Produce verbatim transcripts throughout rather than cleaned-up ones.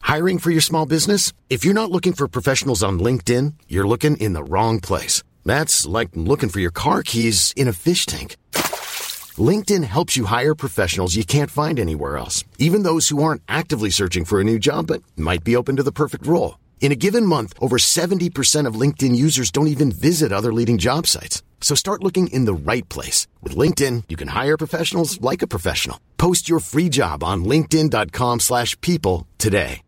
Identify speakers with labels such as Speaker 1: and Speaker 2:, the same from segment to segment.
Speaker 1: Hiring for your small business? If you're not looking for professionals on LinkedIn, you're looking in the wrong place. That's like looking for your car keys in a fish tank. LinkedIn helps you hire professionals you can't find anywhere else, even those who aren't actively searching for a new job but might be open to the perfect role. In a given month, over seventy percent of LinkedIn users don't even visit other leading job sites. So start looking in the right place. With LinkedIn, you can hire professionals like a professional. Post your free job on linkedin.com slash people today.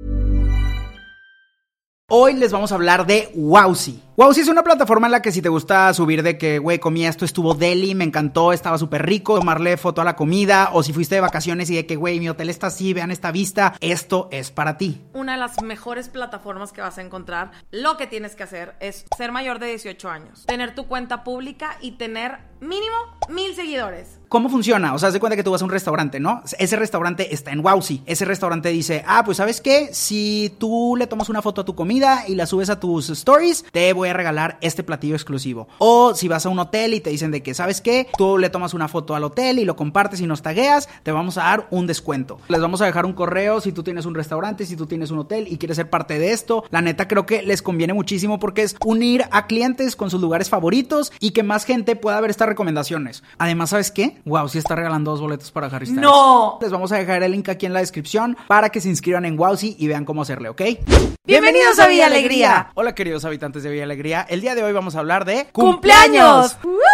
Speaker 2: Hoy les vamos a hablar de Wowzy. Wowzy es una plataforma en la que si te gusta subir de que, güey, comí esto, estuvo deli, me encantó, estaba súper rico, tomarle foto a la comida, o si fuiste de vacaciones y de que, güey, mi hotel está así, vean esta vista, esto es para ti.
Speaker 3: Una de las mejores plataformas que vas a encontrar. Lo que tienes que hacer es ser mayor de dieciocho años, tener tu cuenta pública y tener mínimo mil seguidores.
Speaker 2: ¿Cómo funciona? O sea, haz de cuenta que tú vas a un restaurante, ¿no? Ese restaurante está en Wowzy. Ese restaurante dice, ah, pues ¿sabes qué? Si tú le tomas una foto a tu comida y la subes a tus stories, te voy a regalar este platillo exclusivo. O si vas a un hotel y te dicen de que, ¿sabes qué? Tú le tomas una foto al hotel y lo compartes y nos tagueas, te vamos a dar un descuento. Les vamos a dejar un correo si tú tienes un restaurante, si tú tienes un hotel y quieres ser parte de esto. La neta creo que les conviene muchísimo porque es unir a clientes con sus lugares favoritos y que más gente pueda ver estas recomendaciones. Además, ¿sabes qué? Wowzy está regalando dos boletos para Harry Styles.
Speaker 3: ¡No!
Speaker 2: Les vamos a dejar el link aquí en la descripción para que se inscriban en Wowzy y vean cómo hacerle, ¿ok?
Speaker 3: ¡Bienvenidos a Villa Alegría!
Speaker 2: Hola, queridos habitantes de Villa Alegría. El día de hoy vamos a hablar de...
Speaker 3: ¡Cumpleaños!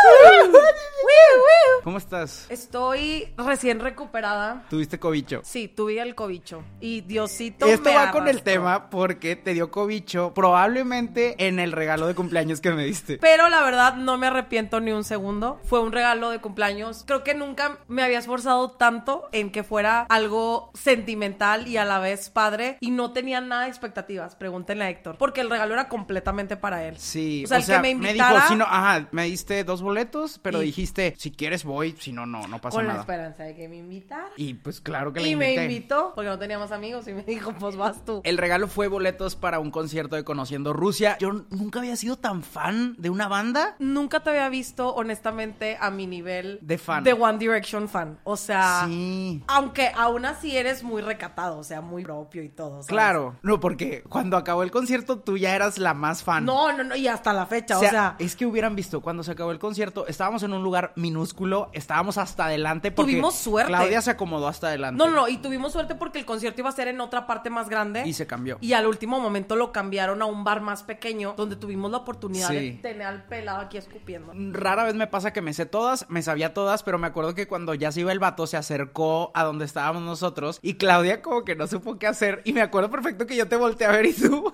Speaker 2: ¿Cómo estás?
Speaker 3: Estoy recién recuperada.
Speaker 2: ¿Tuviste cobicho?
Speaker 3: Sí, tuve el cobicho. Y Diosito
Speaker 2: Esto
Speaker 3: me
Speaker 2: va con el
Speaker 3: arrastró.
Speaker 2: tema porque te dio cobicho probablemente en el regalo de cumpleaños que me diste.
Speaker 3: Pero la verdad no me arrepiento ni un segundo. Fue un regalo de cumpleaños. Creo que nunca me había esforzado tanto en que fuera algo sentimental y a la vez padre. Y no tenía nada de expectativas. Pregúntenle a Héctor. Porque el regalo era completamente para él.
Speaker 2: Sí,
Speaker 3: O sea, el que me invitara...
Speaker 2: dijo, si no, ajá, me diste dos boletos, pero
Speaker 3: Y-
Speaker 2: dijiste, si quieres voy, si no, no, no pasa
Speaker 3: Con la
Speaker 2: nada.
Speaker 3: esperanza de que me invitara.
Speaker 2: Y pues claro que le
Speaker 3: Y
Speaker 2: invité.
Speaker 3: me invitó, porque no teníamos amigos, y me dijo, pues vas tú.
Speaker 2: El regalo fue boletos para un concierto de Conociendo Rusia. Yo nunca había sido tan fan de una banda.
Speaker 3: Nunca te había visto, honestamente, a mi nivel
Speaker 2: De fan.
Speaker 3: de One Direction fan. O sea,
Speaker 2: Sí.
Speaker 3: aunque aún así eres muy recatado, o sea, muy propio y todo, ¿sabes?
Speaker 2: Claro, no, porque cuando acabó el concierto tú ya eras la más fan.
Speaker 3: No, no, no, y hasta la fecha,
Speaker 2: O
Speaker 3: o
Speaker 2: sea,
Speaker 3: sea,
Speaker 2: es que hubieran visto cuando se acabó el concierto, estábamos en un lugar minúsculo, estábamos hasta adelante porque
Speaker 3: Tuvimos suerte.
Speaker 2: Claudia se acomodó hasta adelante.
Speaker 3: no, no, no, y tuvimos suerte porque el concierto iba a ser en otra parte más grande.
Speaker 2: Y se cambió.
Speaker 3: Y al último momento lo cambiaron a un bar más pequeño, donde tuvimos la oportunidad
Speaker 2: Sí.
Speaker 3: de tener al pelado aquí escupiendo.
Speaker 2: Rara vez me pasa que me sé todas, me sabía todas, pero me acuerdo que cuando ya se iba el vato se acercó a donde estábamos nosotros y Claudia como que no supo qué hacer y me acuerdo perfecto que yo te volteé a ver y tú...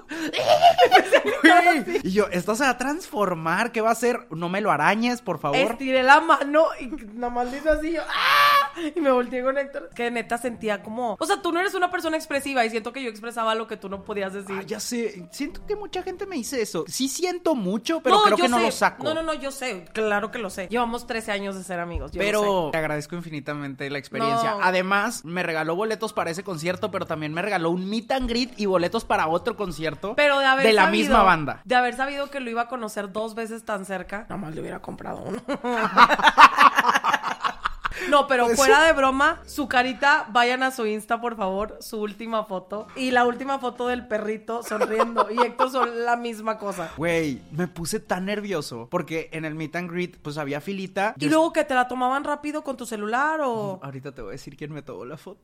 Speaker 2: Güey. Y yo, esto se va a transformar, ¿qué va a hacer? No me lo arañes, por favor.
Speaker 3: Estiré la mano y nada más le hizo así yo, ¡ah! Y me volteé con Héctor. Que neta sentía como... O sea, tú no eres una persona expresiva y siento que yo expresaba lo que tú no podías decir.
Speaker 2: Ah, ya sé, siento que mucha gente me dice eso. Sí siento mucho, pero
Speaker 3: No,
Speaker 2: creo
Speaker 3: yo
Speaker 2: que no
Speaker 3: sé.
Speaker 2: lo saco.
Speaker 3: No, no, no, yo sé. Claro que lo sé. Llevamos trece años de ser amigos. Yo lo
Speaker 2: Pero
Speaker 3: sé.
Speaker 2: te agradezco infinitamente la experiencia.
Speaker 3: No.
Speaker 2: Además, me regaló boletos para ese concierto, pero también me regaló un meet and greet y boletos para otro concierto.
Speaker 3: Pero de haber
Speaker 2: de la
Speaker 3: sabido-
Speaker 2: misma banda.
Speaker 3: De haber sabido que lo iba a conocer dos veces tan cerca, nada más le hubiera comprado uno. No, pero
Speaker 2: Pues
Speaker 3: fuera de broma, su carita, vayan a su Insta, por favor, su última foto. Y la última foto del perrito sonriendo. Y Héctor son la misma cosa.
Speaker 2: Güey, me puse tan nervioso porque en el meet and greet pues había filita.
Speaker 3: ¿Y
Speaker 2: Yo-
Speaker 3: luego que te la tomaban rápido con tu celular o...?
Speaker 2: Ahorita te voy a decir quién me tomó la foto.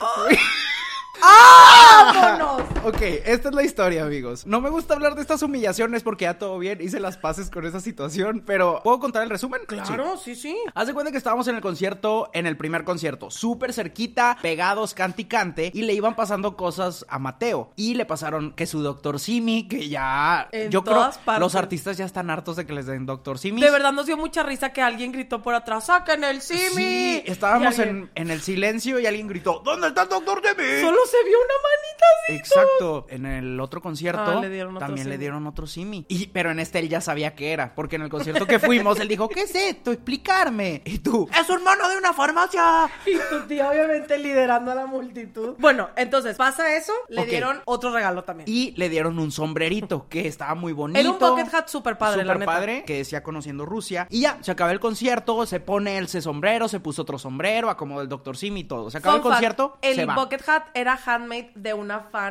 Speaker 3: ¡Vámonos!
Speaker 2: Ok, esta es la historia, amigos. No me gusta hablar de estas humillaciones porque ya todo bien, hice las paces con esa situación, pero ¿puedo contar el resumen?
Speaker 3: Claro, sí, sí.
Speaker 2: Haz de cuenta que estábamos en el concierto, en el primer concierto, súper cerquita, pegados, cante y cante, y le iban pasando cosas a Mateo. Y le pasaron que su doctor Simi, que ya...
Speaker 3: En
Speaker 2: yo
Speaker 3: todas
Speaker 2: creo
Speaker 3: partes.
Speaker 2: los artistas ya están hartos de que les den doctor Simi.
Speaker 3: De verdad nos dio mucha risa que alguien gritó por atrás, ¡saquen el Simi!
Speaker 2: Sí, estábamos
Speaker 3: Y alguien-
Speaker 2: en, en el silencio y alguien gritó, ¿dónde está el doctor Simi?
Speaker 3: Solo se vio una manita así.
Speaker 2: Exacto, en el otro concierto
Speaker 3: Ah, le dieron otro
Speaker 2: también le
Speaker 3: Simi.
Speaker 2: dieron otro Simi. Y, pero en este él ya sabía qué era, porque en el concierto que fuimos él dijo, ¿qué es esto? Explicarme. Y tú, es un mono de una farmacia.
Speaker 3: Y tu tía obviamente liderando a la multitud. Bueno, entonces pasa eso, le
Speaker 2: Ok.
Speaker 3: dieron otro regalo también.
Speaker 2: Y le dieron un sombrerito que estaba muy bonito.
Speaker 3: Era un bucket hat súper padre, la
Speaker 2: Súper
Speaker 3: neta.
Speaker 2: padre, que decía Conociendo Rusia. Y ya, se acaba el concierto, se pone ese sombrero, se puso otro sombrero, acomodó el doctor Simi y todo. Se acaba
Speaker 3: Fun
Speaker 2: el concierto,
Speaker 3: fact,
Speaker 2: se
Speaker 3: el
Speaker 2: va.
Speaker 3: bucket hat era handmade de una fan del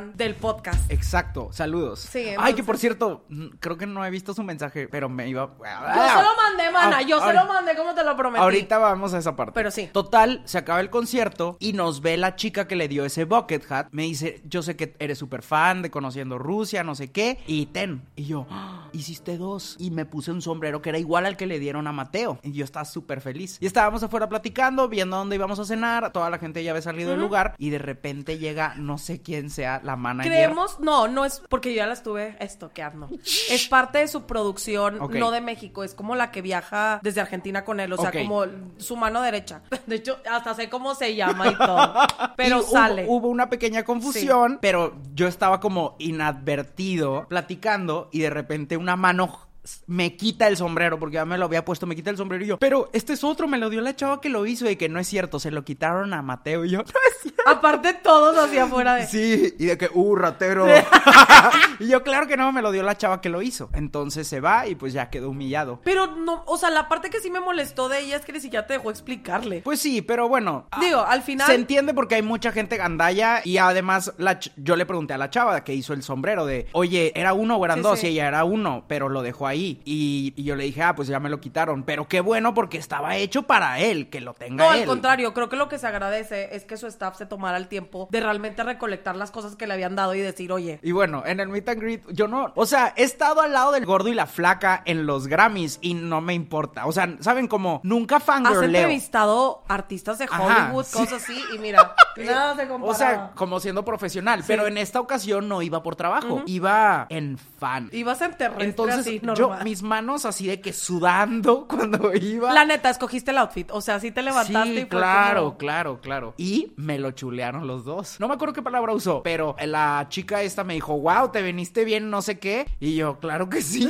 Speaker 3: podcast.
Speaker 2: Exacto, saludos.
Speaker 3: Sí, entonces...
Speaker 2: Ay, que por cierto, creo que no he visto su mensaje, pero me iba...
Speaker 3: Yo se lo mandé, mana, yo se lo mandé como te lo prometí.
Speaker 2: Ahorita vamos a esa parte.
Speaker 3: Pero sí.
Speaker 2: Total, se acaba el concierto y nos ve la chica que le dio ese bucket hat. Me dice, yo sé que eres súper fan de Conociendo Rusia, no sé qué, y ten. Y yo, ¡ah! Hiciste dos. Y me puse un sombrero que era igual al que le dieron a Mateo. Y yo estaba súper feliz. Y estábamos afuera platicando, viendo dónde íbamos a cenar. Toda la gente ya había salido uh-huh. del lugar. Y de repente llega, no sé quién sea, la manager.
Speaker 3: Creemos, no, no es porque yo ya la estuve estoqueando. Es parte de su producción, okay. no de México. Es como la que viaja desde Argentina con él. O sea, okay. como su mano derecha. De hecho, hasta sé cómo se llama y todo. Pero
Speaker 2: y
Speaker 3: sale.
Speaker 2: Hubo, hubo una pequeña confusión, sí. pero yo estaba como inadvertido platicando y de repente una mano me quita el sombrero, porque ya me lo había puesto, me quita el sombrero y yo, pero este es otro, me lo dio la chava que lo hizo, y que no es cierto, se lo quitaron a Mateo, y yo, no es cierto.
Speaker 3: Aparte todos hacia afuera de...
Speaker 2: Sí, y de que, uh, ratero. Y yo, claro que no, me lo dio la chava que lo hizo. Entonces se va y pues ya quedó humillado.
Speaker 3: Pero no, o sea, la parte que sí me molestó de ella es que ni siquiera te dejó explicarle.
Speaker 2: Pues sí, pero bueno.
Speaker 3: Digo, al final...
Speaker 2: Se entiende porque hay mucha gente gandalla, y además la ch- yo le pregunté a la chava que hizo el sombrero de, oye, ¿era uno o eran sí, dos? Sí. Y ella era uno, pero lo dejó ahí. Y, y yo le dije, ah, pues ya me lo quitaron. Pero qué bueno, porque estaba hecho para él, que lo tenga
Speaker 3: no,
Speaker 2: él.
Speaker 3: No, al contrario, creo que lo que se agradece es que su staff se tomara el tiempo de realmente recolectar las cosas que le habían dado y decir, oye.
Speaker 2: Y bueno, en el meet and greet, yo no, o sea, he estado al lado del gordo y la flaca en los Grammys y no me importa. O sea, ¿saben cómo? Nunca fangirleo.
Speaker 3: Has entrevistado artistas de Hollywood, Ajá, cosas sí. así, y mira, nada se compara.
Speaker 2: O sea, como siendo profesional, sí. pero en esta ocasión no iba por trabajo, uh-huh. iba en fan.
Speaker 3: Ibas en terrestre.
Speaker 2: Entonces,
Speaker 3: así,
Speaker 2: yo, mis manos así de que sudando cuando iba.
Speaker 3: La neta, escogiste el outfit, o sea, sí te levantaste
Speaker 2: sí,
Speaker 3: y fue
Speaker 2: claro,
Speaker 3: como...
Speaker 2: claro, claro. Y me lo chulearon los dos. No me acuerdo qué palabra usó, pero la chica esta me dijo, wow, te veniste bien, no sé qué. Y yo, claro que sí.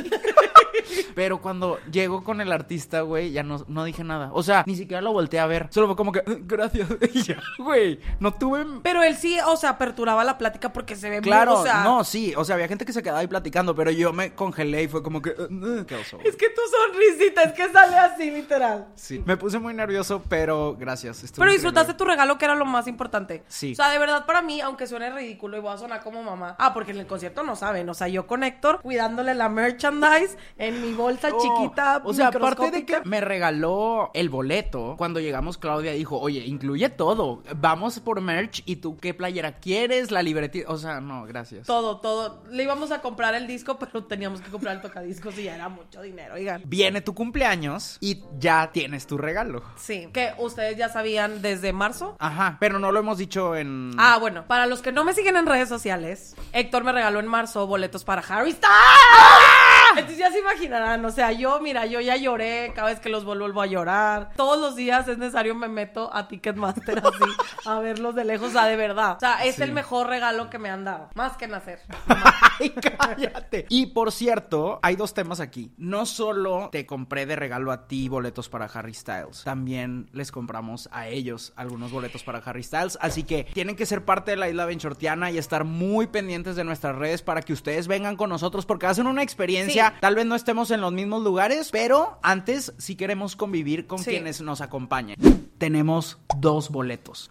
Speaker 2: Pero cuando llego con el artista, güey, ya no, no dije nada. O sea, ni siquiera lo volteé a ver. Solo fue como que, gracias. Y ya, güey, no tuve...
Speaker 3: Pero él sí, o sea, aperturaba la plática porque se ve
Speaker 2: claro,
Speaker 3: muy, o sea...
Speaker 2: no, sí. O sea, había gente que se quedaba ahí platicando, pero yo me congelé y fue como que... Uh, ¿qué oso?
Speaker 3: Es que tu sonrisita, es que sale así, literal.
Speaker 2: Sí, me puse muy nervioso, pero gracias.
Speaker 3: Pero disfrutaste tu regalo, que era lo más importante.
Speaker 2: Sí.
Speaker 3: O sea, de verdad, para mí, aunque suene ridículo y voy a sonar como mamá... Ah, porque en el concierto no saben. O sea, yo con Héctor, cuidándole la merchandise en mi bolsa oh, chiquita,
Speaker 2: o sea, aparte de que me regaló el boleto, cuando llegamos Claudia dijo, oye, incluye todo, vamos por merch, y tú qué playera quieres, la libretita, o sea, no, gracias.
Speaker 3: Todo, todo, le íbamos a comprar el disco, pero teníamos que comprar el tocadiscos y ya era mucho dinero, oigan.
Speaker 2: Viene tu cumpleaños y ya tienes tu regalo.
Speaker 3: Sí, que ustedes ya sabían desde marzo.
Speaker 2: Ajá, pero no lo hemos dicho en...
Speaker 3: Ah, bueno, para los que no me siguen en redes sociales, Héctor me regaló en marzo boletos para Harry Styles. Entonces ya se imaginarán, o sea, yo, mira, yo ya lloré, cada vez que los vuelvo a llorar. Todos los días es necesario me meto a Ticketmaster así, a verlos de lejos, o sea, de verdad. O sea, es sí. el mejor regalo que me han dado, más que nacer.
Speaker 2: Ay, cállate. Y por cierto, hay dos temas aquí. No solo te compré de regalo a ti boletos para Harry Styles, también les compramos a ellos algunos boletos para Harry Styles, así que tienen que ser parte de la Isla Benchortiana y estar muy pendientes de nuestras redes para que ustedes vengan con nosotros, porque hacen una experiencia, sí. tal vez no estemos en los mismos lugares, pero antes sí queremos convivir con sí. quienes nos acompañen. Tenemos dos boletos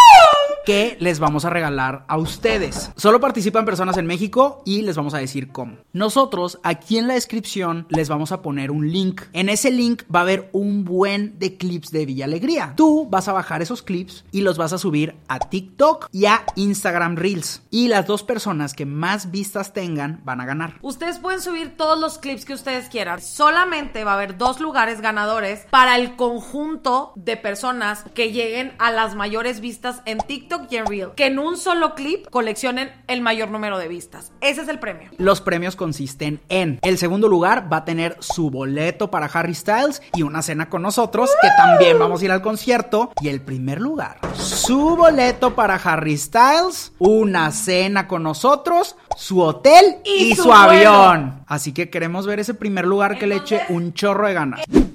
Speaker 2: que les vamos a regalar a ustedes. Solo participan personas en México y les vamos a decir cómo. Nosotros aquí en la descripción les vamos a poner un link. En ese link va a haber un buen de clips de Villa Alegría. Tú vas a bajar esos clips y los vas a subir a TikTok y a Instagram Reels. Y las dos personas que más vistas tengan van a ganar.
Speaker 3: Ustedes pueden subir todos los clips que ustedes quieran. Solamente va a haber dos lugares ganadores para el conjunto de personas que lleguen a las mayores vistas en TikTok y en Reel, que en un solo clip coleccionen el mayor número de vistas. Ese es el premio.
Speaker 2: Los premios consisten en: el segundo lugar va a tener su boleto para Harry Styles y una cena con nosotros, que también vamos a ir al concierto. Y el primer lugar, su boleto para Harry Styles, una cena con nosotros, su hotel y, y su, su avión. Así que queremos ver ese primer lugar. Entonces, que le eche un chorro de ganas.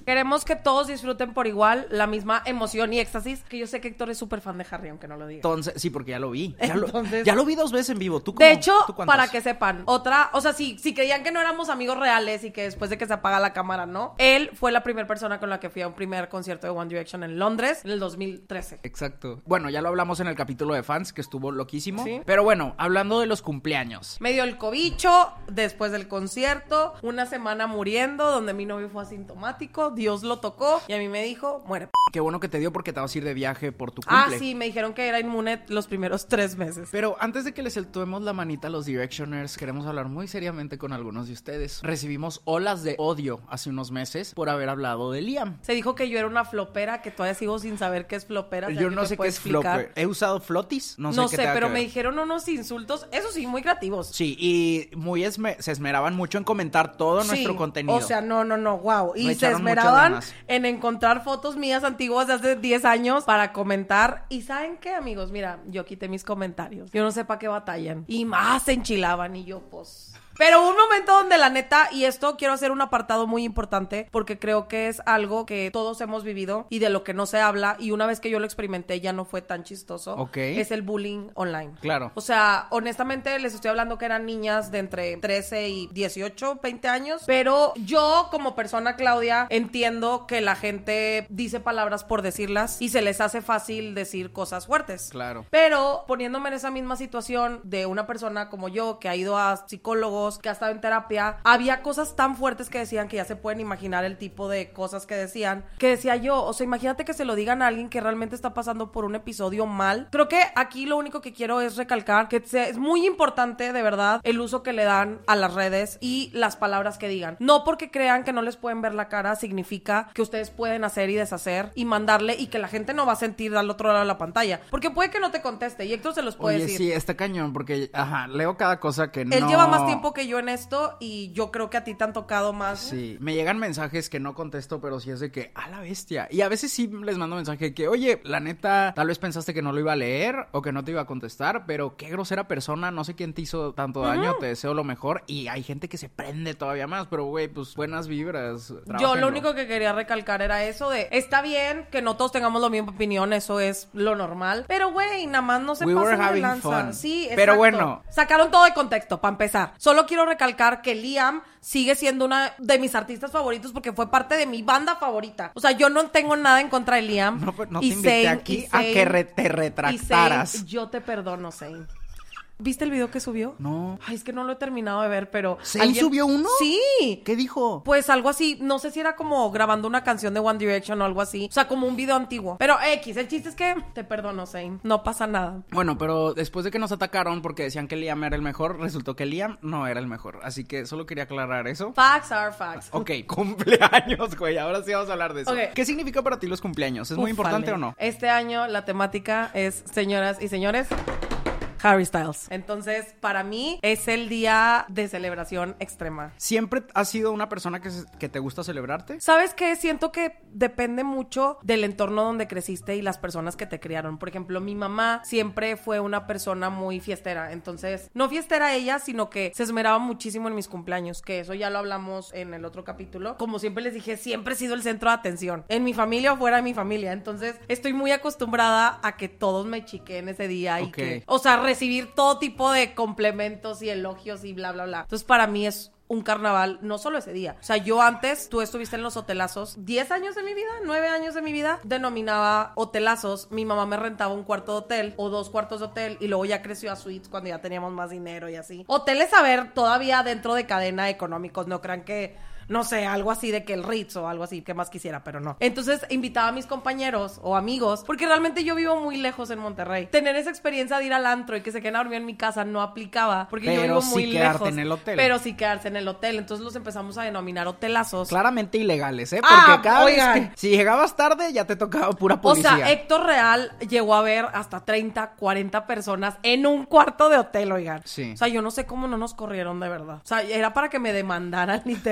Speaker 3: Queremos que todos disfruten por igual la misma emoción y éxtasis, que yo sé que Héctor es súper fan de Harry, aunque no lo diga.
Speaker 2: Entonces, sí, porque ya lo vi. Ya,
Speaker 3: Entonces,
Speaker 2: lo, ya lo vi dos veces en vivo. ¿Tú cómo,
Speaker 3: de hecho,
Speaker 2: ¿tú cuántas?
Speaker 3: para que sepan, otra, o sea, si, si creían que no éramos amigos reales y que después de que se apaga la cámara, ¿no? Él fue la primera persona con la que fui a un primer concierto de One Direction en Londres en el dos mil trece.
Speaker 2: Exacto. Bueno, ya lo hablamos en el capítulo de fans, que estuvo loquísimo.
Speaker 3: Sí.
Speaker 2: Pero bueno, hablando de los cumpleaños.
Speaker 3: Me dio el cobicho después del concierto, una semana muriendo, donde mi novio fue asintomático, Dios lo tocó y a mí me dijo, muere.
Speaker 2: Qué bueno que te dio porque te vas a ir de viaje por tu
Speaker 3: Ah,
Speaker 2: cumple.
Speaker 3: sí, me dijeron que era inmune los primeros tres meses.
Speaker 2: Pero antes de que les soltemos la manita a los Directioners, queremos hablar muy seriamente con algunos de ustedes. Recibimos olas de odio hace unos meses por haber hablado de Liam.
Speaker 3: Se dijo que yo era una flopera, que todavía sigo sin saber qué es flopera.
Speaker 2: Yo no sé qué es flopper. He usado flotis, no sé
Speaker 3: No
Speaker 2: qué
Speaker 3: sé,
Speaker 2: tenga
Speaker 3: pero
Speaker 2: que
Speaker 3: me
Speaker 2: ver.
Speaker 3: dijeron unos insultos, eso sí, muy creativos.
Speaker 2: Sí, y muy esme- se esmeraban mucho en comentar todo
Speaker 3: Sí,
Speaker 2: nuestro contenido.
Speaker 3: O sea, no, no, no, wow.
Speaker 2: Le
Speaker 3: Y se
Speaker 2: echaron muchas
Speaker 3: esmeraban
Speaker 2: ganas.
Speaker 3: en encontrar fotos mías antiguas de hace diez años para comentar. ¿Y saben qué, amigos? Mira, yo quité mis comentarios. Yo no sé para qué batallan. Y más se enchilaban y yo, pues... Pero hubo un momento donde la neta, y esto quiero hacer un apartado muy importante porque creo que es algo que todos hemos vivido y de lo que no se habla, y una vez que yo lo experimenté ya no fue tan chistoso.
Speaker 2: Ok.
Speaker 3: Es el bullying online.
Speaker 2: Claro.
Speaker 3: O sea, honestamente les estoy hablando que eran niñas de entre trece y dieciocho, veinte años, pero yo como persona, Claudia, entiendo que la gente dice palabras por decirlas y se les hace fácil decir cosas fuertes.
Speaker 2: Claro.
Speaker 3: Pero poniéndome en esa misma situación de una persona como yo que ha ido a psicólogos, que ha estado en terapia, había cosas tan fuertes que decían que ya se pueden imaginar el tipo de cosas que decían, que decía yo, o sea, imagínate que se lo digan a alguien que realmente está pasando por un episodio mal. Creo que aquí lo único que quiero es recalcar que es muy importante, de verdad, el uso que le dan a las redes y las palabras que digan. No porque crean que no les pueden ver la cara significa que ustedes pueden hacer y deshacer y mandarle, y que la gente no va a sentir al otro lado de la pantalla, porque puede que no te conteste y Héctor se los puede
Speaker 2: Oye,
Speaker 3: decir.
Speaker 2: sí, está cañón porque, ajá, leo cada cosa que no...
Speaker 3: Él lleva más tiempo que yo en esto y yo creo que a ti te han tocado más.
Speaker 2: Sí, me llegan mensajes que no contesto, pero sí es de que, a la bestia. Y a veces sí les mando mensaje de que, oye, la neta, tal vez pensaste que no lo iba a leer o que no te iba a contestar, pero qué grosera persona, no sé quién te hizo tanto daño, uh-huh. Te deseo lo mejor. Y hay gente que se prende todavía más, pero güey, pues buenas vibras.
Speaker 3: Yo lo único que quería recalcar era eso de, está bien que no todos tengamos la misma opinión, eso es lo normal, pero güey, nada más no se
Speaker 2: We were
Speaker 3: pasen de
Speaker 2: having
Speaker 3: lanza.
Speaker 2: fun.
Speaker 3: Sí, exacto.
Speaker 2: Pero bueno.
Speaker 3: Sacaron todo de contexto, para empezar. Solo quiero recalcar que Liam sigue siendo una de mis artistas favoritos porque fue parte de mi banda favorita. O sea, yo no tengo nada en contra de Liam.
Speaker 2: No, pues, no
Speaker 3: y
Speaker 2: te invité
Speaker 3: Zayn,
Speaker 2: aquí
Speaker 3: y
Speaker 2: a
Speaker 3: Zayn,
Speaker 2: que re- te retractaras.
Speaker 3: y Zayn, yo te perdono, Zayn. ¿Viste el video que subió?
Speaker 2: No.
Speaker 3: Ay, es que no lo he terminado de ver, pero...
Speaker 2: ¿Zayn
Speaker 3: ¿alguien...
Speaker 2: subió uno?
Speaker 3: Sí.
Speaker 2: ¿Qué dijo?
Speaker 3: Pues algo así, no sé si era como grabando una canción de One Direction o algo así. O sea, como un video antiguo. Pero X, el chiste es que te perdono, Zayn. No pasa nada.
Speaker 2: Bueno, pero después de que nos atacaron porque decían que Liam era el mejor, resultó que Liam no era el mejor. Así que solo quería aclarar eso.
Speaker 3: Facts are facts.
Speaker 2: Ok, cumpleaños, güey. Ahora sí vamos a hablar de eso.
Speaker 3: Okay.
Speaker 2: ¿Qué significa para ti los cumpleaños? ¿Es muy
Speaker 3: Ufale.
Speaker 2: importante o no?
Speaker 3: Este año la temática es, señoras y señores, Harry Styles. Entonces, para mí es el día de celebración extrema.
Speaker 2: ¿Siempre has sido una persona que, se, que te gusta celebrarte?
Speaker 3: ¿Sabes qué? Siento que depende mucho del entorno donde creciste y las personas que te criaron. Por ejemplo, mi mamá siempre fue una persona muy fiestera. Entonces, no fiestera ella, sino que se esmeraba muchísimo en mis cumpleaños, que eso ya lo hablamos en el otro capítulo. Como siempre les dije, siempre he sido el centro de atención. En mi familia o fuera de mi familia. Entonces, estoy muy acostumbrada a que todos me chiquen ese día y
Speaker 2: Ok.
Speaker 3: que... O sea, recibir todo tipo de complementos y elogios y bla, bla, bla. Entonces, para mí es un carnaval, no solo ese día. O sea, yo antes, tú estuviste en los hotelazos, diez años de mi vida, nueve años de mi vida, denominaba hotelazos. Mi mamá me rentaba un cuarto de hotel o dos cuartos de hotel y luego ya creció a suites cuando ya teníamos más dinero y así. Hoteles, a ver, todavía dentro de cadena económicos, no crean que... No sé, algo así de que el Ritz o algo así, que más quisiera, pero no. Entonces invitaba a mis compañeros o amigos, porque realmente yo vivo muy lejos en Monterrey. Tener esa experiencia de ir al antro y que se queden a dormir en mi casa no aplicaba, porque
Speaker 2: Pero
Speaker 3: yo vivo
Speaker 2: sí
Speaker 3: muy
Speaker 2: quedarte
Speaker 3: lejos.
Speaker 2: en el hotel.
Speaker 3: Pero sí quedarse en el hotel. Entonces los empezamos a denominar hotelazos.
Speaker 2: Claramente ilegales, ¿eh? Porque
Speaker 3: Ah,
Speaker 2: cada
Speaker 3: oigan.
Speaker 2: vez que... Si llegabas tarde, ya te tocaba pura
Speaker 3: O
Speaker 2: policía.
Speaker 3: sea, Héctor Real llegó a ver hasta treinta, cuarenta personas en un cuarto de hotel, oigan.
Speaker 2: Sí.
Speaker 3: O sea, yo no sé cómo no nos corrieron de verdad. O sea, era para que me demandaran, literal.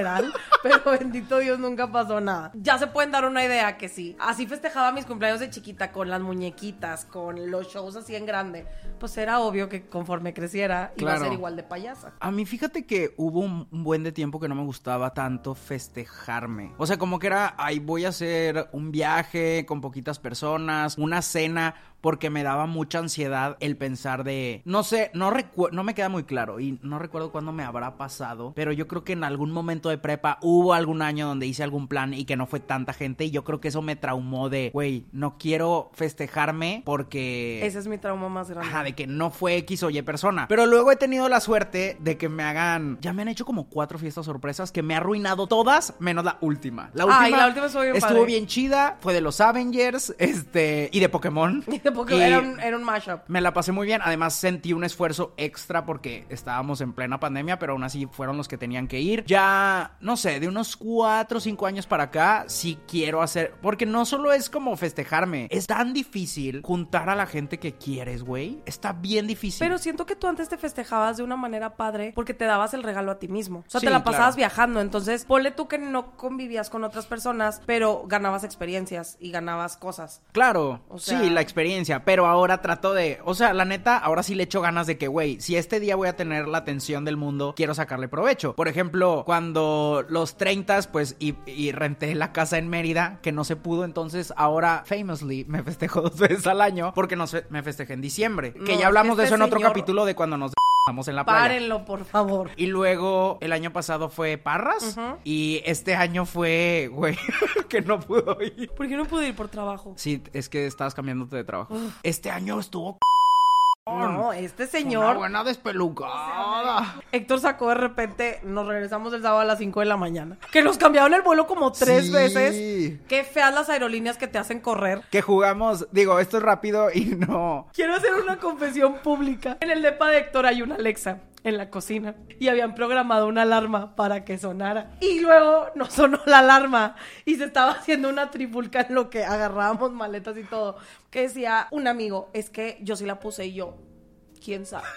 Speaker 3: pero bendito Dios nunca pasó nada. Ya se pueden dar una idea que sí. Así festejaba mis cumpleaños de chiquita con las muñequitas, con los shows así en grande. Pues era obvio que conforme creciera iba
Speaker 2: Claro.
Speaker 3: a ser igual de payasa.
Speaker 2: A mí fíjate que hubo un, un buen de tiempo que no me gustaba tanto festejarme. O sea, como que era, ay, voy a hacer un viaje con poquitas personas, una cena, porque me daba mucha ansiedad el pensar de... No sé, no, recu- no me queda muy claro y no recuerdo cuándo me habrá pasado, pero yo creo que en algún momento de prepa hubo algún año donde hice algún plan y que no fue tanta gente y yo creo que eso me traumó de, güey, no quiero festejarme porque...
Speaker 3: Ese es mi trauma más grande.
Speaker 2: Ajá, de que no fue X o Y persona. Pero luego he tenido la suerte de que me hagan... Ya me han hecho como cuatro fiestas sorpresas que me ha arruinado todas, menos la última. La última,
Speaker 3: Ay, la última estuvo bien
Speaker 2: estuvo
Speaker 3: padre.
Speaker 2: bien chida, fue de los Avengers, este, y de Pokémon.
Speaker 3: Porque
Speaker 2: Y
Speaker 3: era un, era un mashup.
Speaker 2: me la pasé muy bien. Además sentí un esfuerzo extra porque estábamos en plena pandemia, pero aún así fueron los que tenían que ir. Ya, no sé, de unos cuatro o cinco años para acá, sí quiero hacer... Porque no solo es como festejarme, es tan difícil juntar a la gente que quieres, güey. Está bien difícil.
Speaker 3: Pero siento que tú antes te festejabas de una manera padre porque te dabas el regalo a ti mismo. O sea,
Speaker 2: Sí,
Speaker 3: te la pasabas
Speaker 2: claro.
Speaker 3: viajando. Entonces, ponle tú que no convivías con otras personas, pero ganabas experiencias y ganabas cosas.
Speaker 2: Claro,
Speaker 3: O sea-
Speaker 2: sí, la experiencia, pero ahora trato de, o sea, la neta, ahora sí le echo ganas de que, güey, si este día voy a tener la atención del mundo, quiero sacarle provecho. Por ejemplo, cuando los treinta, pues, y, y renté la casa en Mérida, que no se pudo, entonces ahora, famously, me festejo dos veces al año, porque no se, me festejé en diciembre.
Speaker 3: No,
Speaker 2: que ya hablamos
Speaker 3: este
Speaker 2: de eso en otro
Speaker 3: señor-
Speaker 2: capítulo de cuando nos estamos en la playa.
Speaker 3: Párenlo, por favor.
Speaker 2: Y luego, el año pasado fue Parras,
Speaker 3: Ujú.
Speaker 2: y este año fue, güey, que no pudo ir.
Speaker 3: ¿Por qué no pude ir por trabajo?
Speaker 2: Sí, es que estabas cambiándote de trabajo. Este año estuvo...
Speaker 3: No, este
Speaker 2: Una
Speaker 3: señor...
Speaker 2: buena despelucada.
Speaker 3: Héctor sacó de repente, nos regresamos el sábado a las cinco de la mañana. Que nos cambiaron el vuelo como tres
Speaker 2: Sí.
Speaker 3: veces. Qué feas las aerolíneas que te hacen correr.
Speaker 2: Que jugamos, digo, esto es rápido y no.
Speaker 3: Quiero hacer una confesión pública. En el depa de Héctor hay una Alexa en la cocina y habían programado una alarma para que sonara. Y luego no sonó la alarma y se estaba haciendo una trifulca en lo que agarrábamos maletas y todo. Que decía un amigo, es que yo sí la puse y yo, ¿quién sabe?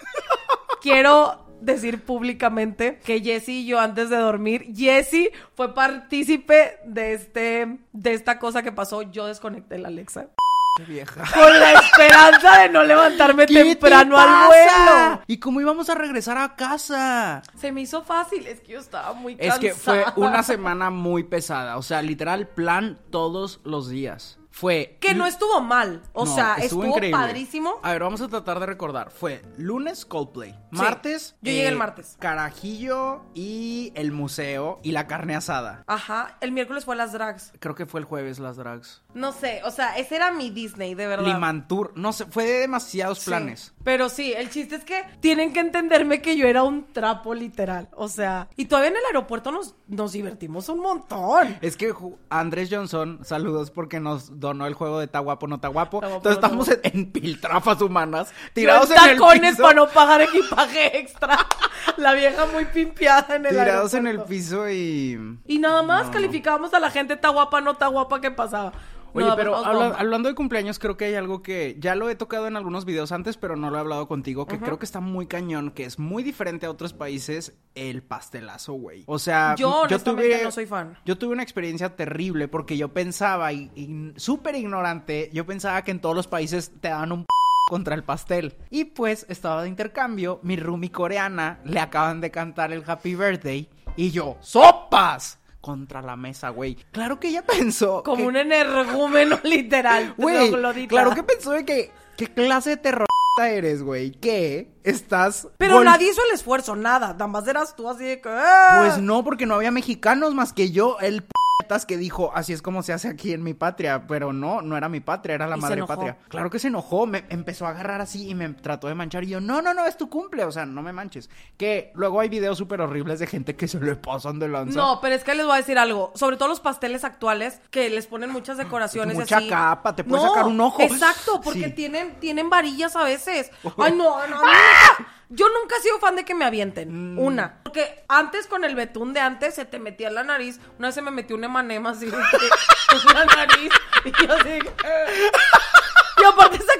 Speaker 3: Quiero decir públicamente que Jessie y yo antes de dormir, Jessie fue partícipe de este, de esta cosa que pasó. Yo desconecté la Alexa.
Speaker 2: Qué vieja.
Speaker 3: Con la esperanza de no levantarme
Speaker 2: ¿Qué
Speaker 3: temprano
Speaker 2: te
Speaker 3: al
Speaker 2: pasa?
Speaker 3: vuelo.
Speaker 2: ¿Y cómo íbamos a regresar a casa?
Speaker 3: Se me hizo fácil, es que yo estaba muy
Speaker 2: Es
Speaker 3: cansada.
Speaker 2: que fue una semana muy pesada. O sea, literal, plan todos los días. Fue...
Speaker 3: Que no estuvo mal, o
Speaker 2: No,
Speaker 3: sea, estuvo,
Speaker 2: increíble.
Speaker 3: padrísimo.
Speaker 2: A ver, vamos a tratar de recordar. Fue lunes Coldplay, martes
Speaker 3: yo llegué el martes.
Speaker 2: Carajillo y el museo y la carne asada.
Speaker 3: Ajá, el miércoles fue las drags.
Speaker 2: Creo que fue el jueves las drags.
Speaker 3: No sé, o sea, ese era mi Disney, de verdad.
Speaker 2: Limantur, no sé, fue de demasiados
Speaker 3: Sí.
Speaker 2: planes.
Speaker 3: Pero sí, el chiste es que tienen que entenderme que yo era un trapo literal, o sea, y todavía en el aeropuerto nos, nos divertimos un montón.
Speaker 2: Es que ju- Andrés Johnson, saludos porque nos donó el juego de Taguapo no Taguapo.
Speaker 3: Taguapo,
Speaker 2: Entonces
Speaker 3: no
Speaker 2: estamos en, en piltrafas humanas,
Speaker 3: Yo
Speaker 2: tirados
Speaker 3: en
Speaker 2: en el
Speaker 3: tacones
Speaker 2: piso.
Speaker 3: para no pagar equipaje extra. La vieja muy pimpiada en el
Speaker 2: Tirados en el
Speaker 3: aeropuerto.
Speaker 2: piso y...
Speaker 3: Y nada más
Speaker 2: No,
Speaker 3: calificábamos a la gente, está guapa, no está guapa, ¿qué pasaba?
Speaker 2: Oye,
Speaker 3: No,
Speaker 2: pero
Speaker 3: vamos,
Speaker 2: habla-
Speaker 3: vamos.
Speaker 2: hablando de cumpleaños, creo que hay algo que ya lo he tocado en algunos videos antes, pero no lo he hablado contigo, que creo que está muy cañón, que es muy diferente a otros países, el pastelazo, güey. O sea,
Speaker 3: Yo, honestamente,
Speaker 2: tuve,
Speaker 3: no soy fan.
Speaker 2: Yo tuve una experiencia terrible porque yo pensaba, y, y súper ignorante, yo pensaba que en todos los países te daban un p contra el pastel. Y pues estaba de intercambio, mi roomie coreana le acaban de cantar el Happy Birthday y yo, ¡sopas! Contra la mesa, güey. Claro que ella pensó
Speaker 3: Como
Speaker 2: que-
Speaker 3: un energúmeno literal.
Speaker 2: Güey,
Speaker 3: troglodita.
Speaker 2: claro que pensó de que... ¿Qué clase de terrorista eres, güey? ¿Qué? Estás...
Speaker 3: Pero
Speaker 2: gol-
Speaker 3: nadie hizo el esfuerzo, nada. Nada más eras tú así de que... ¡ah!
Speaker 2: Pues no, porque no había mexicanos más que yo, el p***tas que dijo, así es como se hace aquí en mi patria. Pero no, no era mi patria, era la
Speaker 3: Y se
Speaker 2: madre
Speaker 3: enojó.
Speaker 2: patria. Claro que se enojó, me empezó a agarrar así y me trató de manchar. Y yo, no, no, no, es tu cumple, o sea, no me manches. Que luego hay videos súper horribles de gente que se le pasan de lanza.
Speaker 3: No, pero es que les voy a decir algo. Sobre todo los pasteles actuales, que les ponen muchas decoraciones
Speaker 2: Mucha
Speaker 3: así.
Speaker 2: capa, te puede
Speaker 3: No,
Speaker 2: sacar un ojo.
Speaker 3: Exacto, porque
Speaker 2: Sí.
Speaker 3: tienen, tienen varillas a veces. Ay, no, no, no. nunca- Yo nunca he sido fan de que me avienten.
Speaker 2: Mm.
Speaker 3: Una. Porque antes con el betún de antes se te metía en la nariz. Una vez se me metió un emanema así de que- en la nariz. Y yo así. de que- Y aparte sacas cuando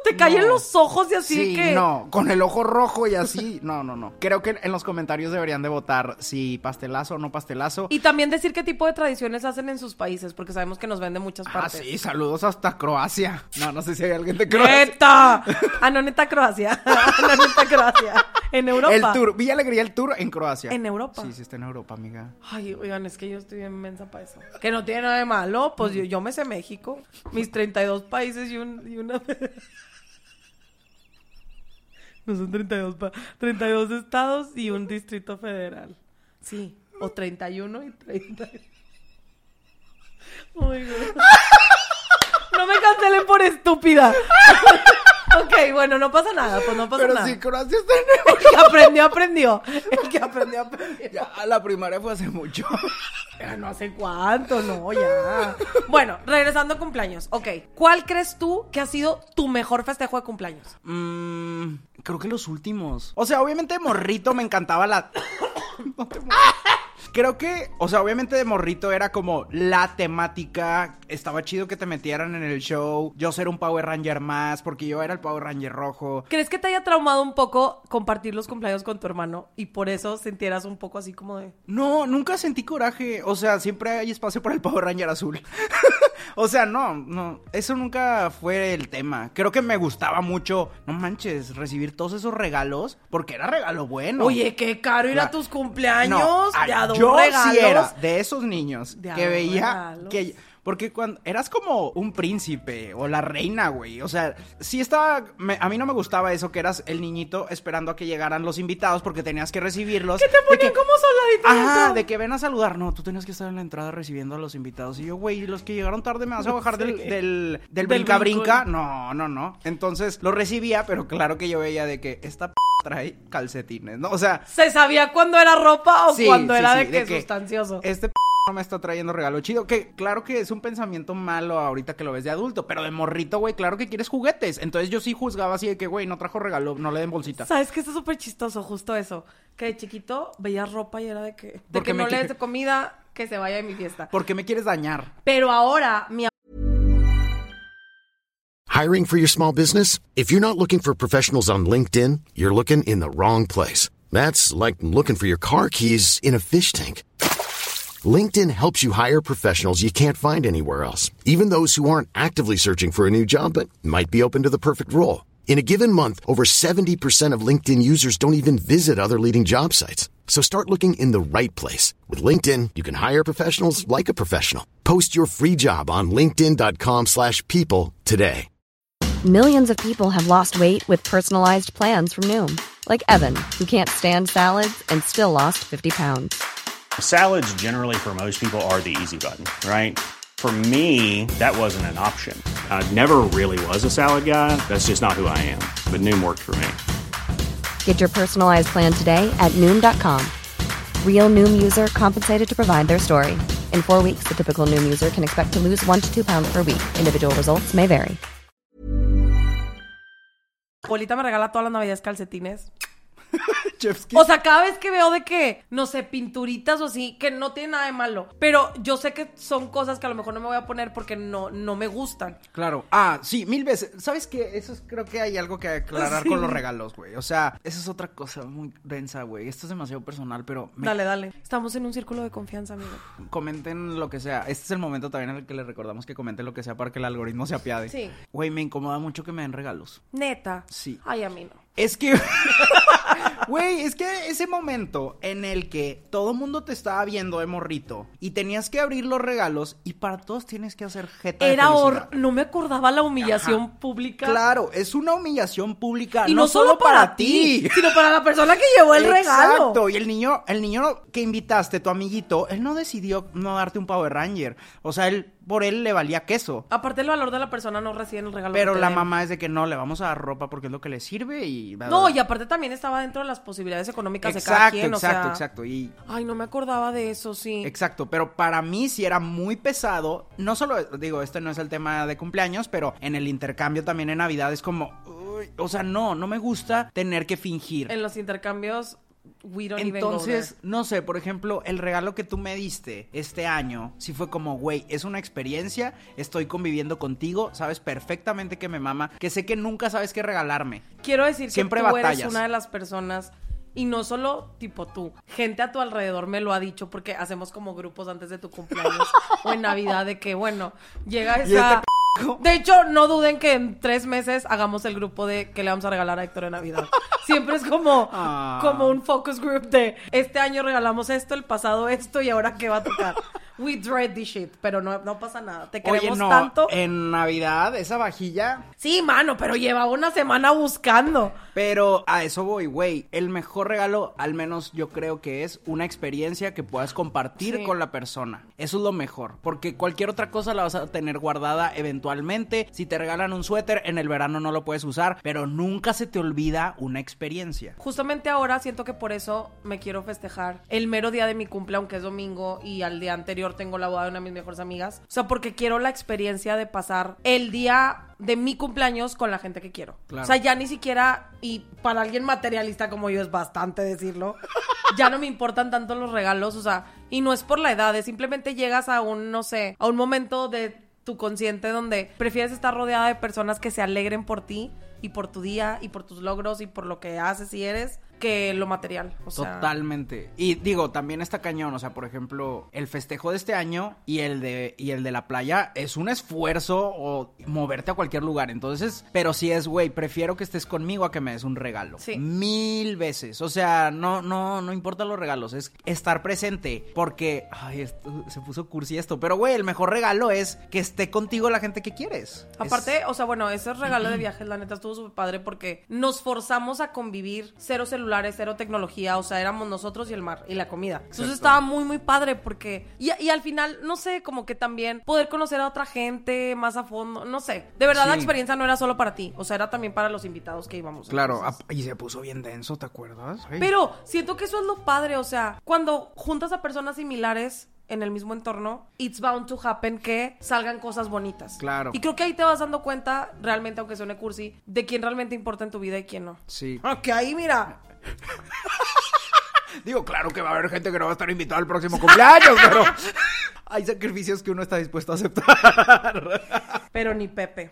Speaker 3: te caen
Speaker 2: No.
Speaker 3: los ojos y así
Speaker 2: Sí,
Speaker 3: que...
Speaker 2: no, con el ojo rojo y así. No, no, no. Creo que en los comentarios deberían de votar si pastelazo o no pastelazo.
Speaker 3: Y también decir qué tipo de tradiciones hacen en sus países, porque sabemos que nos ven de muchas
Speaker 2: Ah,
Speaker 3: partes.
Speaker 2: sí, saludos hasta Croacia. No, no sé si hay alguien de Croacia.
Speaker 3: ¡Neta! Ah, no, neta Croacia. No, neta Croacia. En Europa.
Speaker 2: El tour, Villa Alegría, el tour en Croacia.
Speaker 3: En Europa.
Speaker 2: Sí, sí está en Europa, amiga.
Speaker 3: Ay, oigan, es que yo estoy bien mensa para eso. Que no tiene nada de malo, pues yo, yo me sé México. Mis treinta y dos países y, un, y una... No son treinta y dos, pa... treinta y dos estados y un distrito federal. Sí, o treinta y uno y treinta. Ay, no. No me cancelen por estúpida. Ok, bueno, no pasa nada, pues no pasa
Speaker 2: Pero
Speaker 3: nada.
Speaker 2: sí, Croacia está en Europa.
Speaker 3: El que aprendió, aprendió. El que aprendió, aprendió.
Speaker 2: Ya, la primaria fue hace mucho.
Speaker 3: Pero no sé cuánto, no, ya. Bueno, regresando a cumpleaños. Ok, ¿cuál crees tú que ha sido tu mejor festejo de cumpleaños?
Speaker 2: Mmm, creo que los últimos. O sea, obviamente de morrito me encantaba la... No te muevas. Creo que, o sea, obviamente de morrito era como la temática. Estaba chido que te metieran en el show. Yo ser un Power Ranger más, porque yo era el Power Ranger rojo.
Speaker 3: ¿Crees que te haya traumado un poco compartir los cumpleaños con tu hermano y por eso sintieras un poco así como de...
Speaker 2: No, nunca sentí coraje. O sea, siempre hay espacio para el Power Ranger azul. O sea, no, no, eso nunca fue el tema. Creo que me gustaba mucho, no manches, recibir todos esos regalos, porque era regalo bueno.
Speaker 3: Oye, qué caro ir
Speaker 2: La-
Speaker 3: a tus cumpleaños.
Speaker 2: No,
Speaker 3: de
Speaker 2: ay,
Speaker 3: a dos
Speaker 2: yo
Speaker 3: regalos.
Speaker 2: sí era de esos niños
Speaker 3: De a
Speaker 2: que
Speaker 3: dos
Speaker 2: veía
Speaker 3: regalos.
Speaker 2: que... Porque cuando eras como un príncipe o la reina, güey. O sea, sí estaba... me- a mí no me gustaba eso, que eras el niñito esperando a que llegaran los invitados porque tenías que recibirlos.
Speaker 3: ¿Qué te
Speaker 2: De
Speaker 3: ponían
Speaker 2: que-
Speaker 3: como soldadito?
Speaker 2: Ajá, de que ven a saludar. No, tú tenías que estar en la entrada recibiendo a los invitados. Y yo, güey, los que llegaron tarde me vas a bajar del,
Speaker 3: Sí.
Speaker 2: del, del
Speaker 3: Del
Speaker 2: brinca brinca.
Speaker 3: vínculo.
Speaker 2: No, no, no. Entonces lo recibía, pero claro que yo veía de que esta p trae calcetines, ¿no? O sea,
Speaker 3: ¿Se sabía cuándo era ropa o
Speaker 2: sí,
Speaker 3: cuando
Speaker 2: sí,
Speaker 3: era
Speaker 2: sí,
Speaker 3: de que sustancioso?
Speaker 2: Este p no me está trayendo regalo chido. Que claro que es un pensamiento malo ahorita que lo ves de adulto, pero de morrito, güey, claro que quieres juguetes. Entonces yo sí juzgaba así de que, güey, no trajo regalo, no le den bolsita.
Speaker 3: ¿Sabes qué? Está súper chistoso, justo eso. Que de chiquito veías ropa y era de que... De
Speaker 2: Porque
Speaker 3: que
Speaker 2: me
Speaker 3: no
Speaker 2: qui-
Speaker 3: le des de comida, que se vaya de mi fiesta.
Speaker 2: ¿Por qué me quieres dañar?
Speaker 3: Pero ahora, mi
Speaker 1: Hiring for your small business? If you're not looking for professionals on LinkedIn, you're looking in the wrong place. That's like looking for your car keys in a fish tank. LinkedIn helps you hire professionals you can't find anywhere else, even those who aren't actively searching for a new job but might be open to the perfect role. In a given month, over seventy percent of LinkedIn users don't even visit other leading job sites. So start looking in the right place. With LinkedIn, you can hire professionals like a professional. Post your free job on linkedin.com slash people today.
Speaker 4: Millions of people have lost weight with personalized plans from Noom. Like Evan, who can't stand salads and still lost fifty pounds.
Speaker 5: Salads generally for most people are the easy button, right? For me, that wasn't an option. I never really was a salad guy. That's just not who I am. But Noom worked for me.
Speaker 4: Get your personalized plan today at Noom dot com. Real Noom user compensated to provide their story. In four weeks, the typical Noom user can expect to lose one to two pounds per week. Individual results may vary.
Speaker 3: abuelita me regala todas las navidades calcetines.
Speaker 2: Chefsky.
Speaker 3: O sea, cada vez que veo de que, no sé, pinturitas o así, que no tiene nada de malo. Pero yo sé que son cosas que a lo mejor no me voy a poner porque no, no me gustan.
Speaker 2: Claro. Ah, sí, mil veces. ¿Sabes qué? Eso es, creo que hay algo que aclarar
Speaker 3: Sí.
Speaker 2: con los regalos, güey. O sea, esa es otra cosa muy densa, güey. Esto es demasiado personal, pero me-
Speaker 3: Dale, dale. Estamos en un círculo de confianza, amigo.
Speaker 2: comenten lo que sea. Este es el momento también en el que les recordamos que comenten lo que sea para que el algoritmo se apiade.
Speaker 3: Sí.
Speaker 2: Güey, me incomoda mucho que me den regalos.
Speaker 3: Neta.
Speaker 2: Sí.
Speaker 3: Ay, a mí no.
Speaker 2: Es que, güey, es que ese momento en el que todo mundo te estaba viendo de morrito y tenías que abrir los regalos y para todos tienes que hacer jeta de
Speaker 3: Era
Speaker 2: felicidad.
Speaker 3: hor... No me acordaba la humillación
Speaker 2: Ajá.
Speaker 3: pública.
Speaker 2: Claro, es una humillación pública.
Speaker 3: Y no, solo para ti, sino para la persona que llevó el regalo.
Speaker 2: Exacto, y el niño, el niño que invitaste, tu amiguito, él no decidió no darte un Power Ranger. O sea, él, por él le valía queso.
Speaker 3: Aparte, el valor de la persona no reside en el regalo.
Speaker 2: Pero
Speaker 3: que te
Speaker 2: la
Speaker 3: den.
Speaker 2: mamá es de que no, le vamos a dar ropa porque es lo que le sirve y...
Speaker 3: No, y aparte también estaba dentro de las posibilidades económicas de cada
Speaker 2: Exacto,
Speaker 3: quien, o
Speaker 2: exacto,
Speaker 3: sea...
Speaker 2: exacto. Y
Speaker 3: Ay, no me acordaba de eso, sí.
Speaker 2: exacto, pero para mí sí era muy pesado. No solo, digo, este no es el tema de cumpleaños, pero en el intercambio también en Navidad es como, uy, o sea, no, no me gusta tener que fingir.
Speaker 3: En los intercambios we don't even go
Speaker 2: Entonces,
Speaker 3: there.
Speaker 2: no sé, por ejemplo, el regalo que tú me diste este año, sí fue como, güey, es una experiencia, estoy conviviendo contigo, sabes perfectamente que me mama, que sé que nunca sabes qué regalarme.
Speaker 3: Quiero decir
Speaker 2: Siempre
Speaker 3: que tú
Speaker 2: batallas.
Speaker 3: eres una de las personas, y no solo tipo tú, gente a tu alrededor me lo ha dicho porque hacemos como grupos antes de tu cumpleaños o en Navidad de que, bueno, llega
Speaker 2: Y
Speaker 3: esa...
Speaker 2: este
Speaker 3: De hecho, no duden que en tres meses hagamos el grupo de que le vamos a regalar a Héctor en Navidad. Siempre es como,
Speaker 2: Ah.
Speaker 3: como un focus group de este año regalamos esto, el pasado esto y ahora qué va a tocar. We dread this shit, pero no, no pasa nada. Te queremos
Speaker 2: Oye, no,
Speaker 3: tanto.
Speaker 2: en Navidad, esa vajilla...
Speaker 3: Sí, mano, pero llevaba una semana buscando.
Speaker 2: Pero a eso voy, güey. El mejor regalo, al menos yo creo que es una experiencia que puedas compartir
Speaker 3: Sí.
Speaker 2: con la persona. Eso es lo mejor. Porque cualquier otra cosa la vas a tener guardada eventualmente. Si te regalan un suéter, en el verano no lo puedes usar. Pero nunca se te olvida una experiencia.
Speaker 3: Justamente ahora siento que por eso me quiero festejar el mero día de mi cumple, aunque es domingo, y al día anterior tengo la boda de una de mis mejores amigas. O sea, porque quiero la experiencia de pasar el día de mi cumpleaños con la gente que quiero.
Speaker 2: Claro.
Speaker 3: O sea, ya ni siquiera, y para alguien materialista como yo es bastante decirlo, ya no me importan tanto los regalos, o sea, y no es por la edad, es simplemente llegas a un, no sé, a un momento de tu consciente donde prefieres estar rodeada de personas que se alegren por ti y por tu día y por tus logros y por lo que haces y eres, que lo material, o sea...
Speaker 2: Totalmente. Y digo, también está cañón, o sea, por ejemplo, el festejo de este año y el de y el de la playa es un esfuerzo o moverte a cualquier lugar. Entonces, pero si es, güey, prefiero que estés conmigo a que me des un regalo.
Speaker 3: Sí.
Speaker 2: Mil veces. O sea, no, no, no importan los regalos, es estar presente. Porque, ay, esto, se puso cursi esto. Pero, güey, el mejor regalo es que esté contigo la gente que quieres.
Speaker 3: Aparte,
Speaker 2: Es-
Speaker 3: o sea, bueno, ese regalo de viajes, la neta, estuvo súper padre porque nos forzamos a convivir, cero celulares, cero tecnología, o sea, éramos nosotros y el mar y la comida. Entonces
Speaker 2: Exacto.
Speaker 3: estaba muy, muy padre porque... Y, y al final, no sé, como que también poder conocer a otra gente más a fondo, no sé. De verdad,
Speaker 2: Sí.
Speaker 3: la experiencia no era solo para ti, o sea, era también para los invitados que íbamos.
Speaker 2: Claro,
Speaker 3: Entonces-
Speaker 2: ap- y se puso bien denso, ¿te acuerdas? Ay.
Speaker 3: Pero siento que eso es lo padre, o sea, cuando juntas a personas similares en el mismo entorno, it's bound to happen que salgan cosas bonitas.
Speaker 2: Claro.
Speaker 3: Y creo que ahí te vas dando cuenta, realmente, aunque suene cursi, de quién realmente importa en tu vida y quién no.
Speaker 2: Sí.
Speaker 3: Ok, ahí mira.
Speaker 2: Digo, claro que va a haber gente que no va a estar invitada al próximo cumpleaños, pero hay sacrificios que uno está dispuesto a aceptar.
Speaker 3: Pero ni Pepe.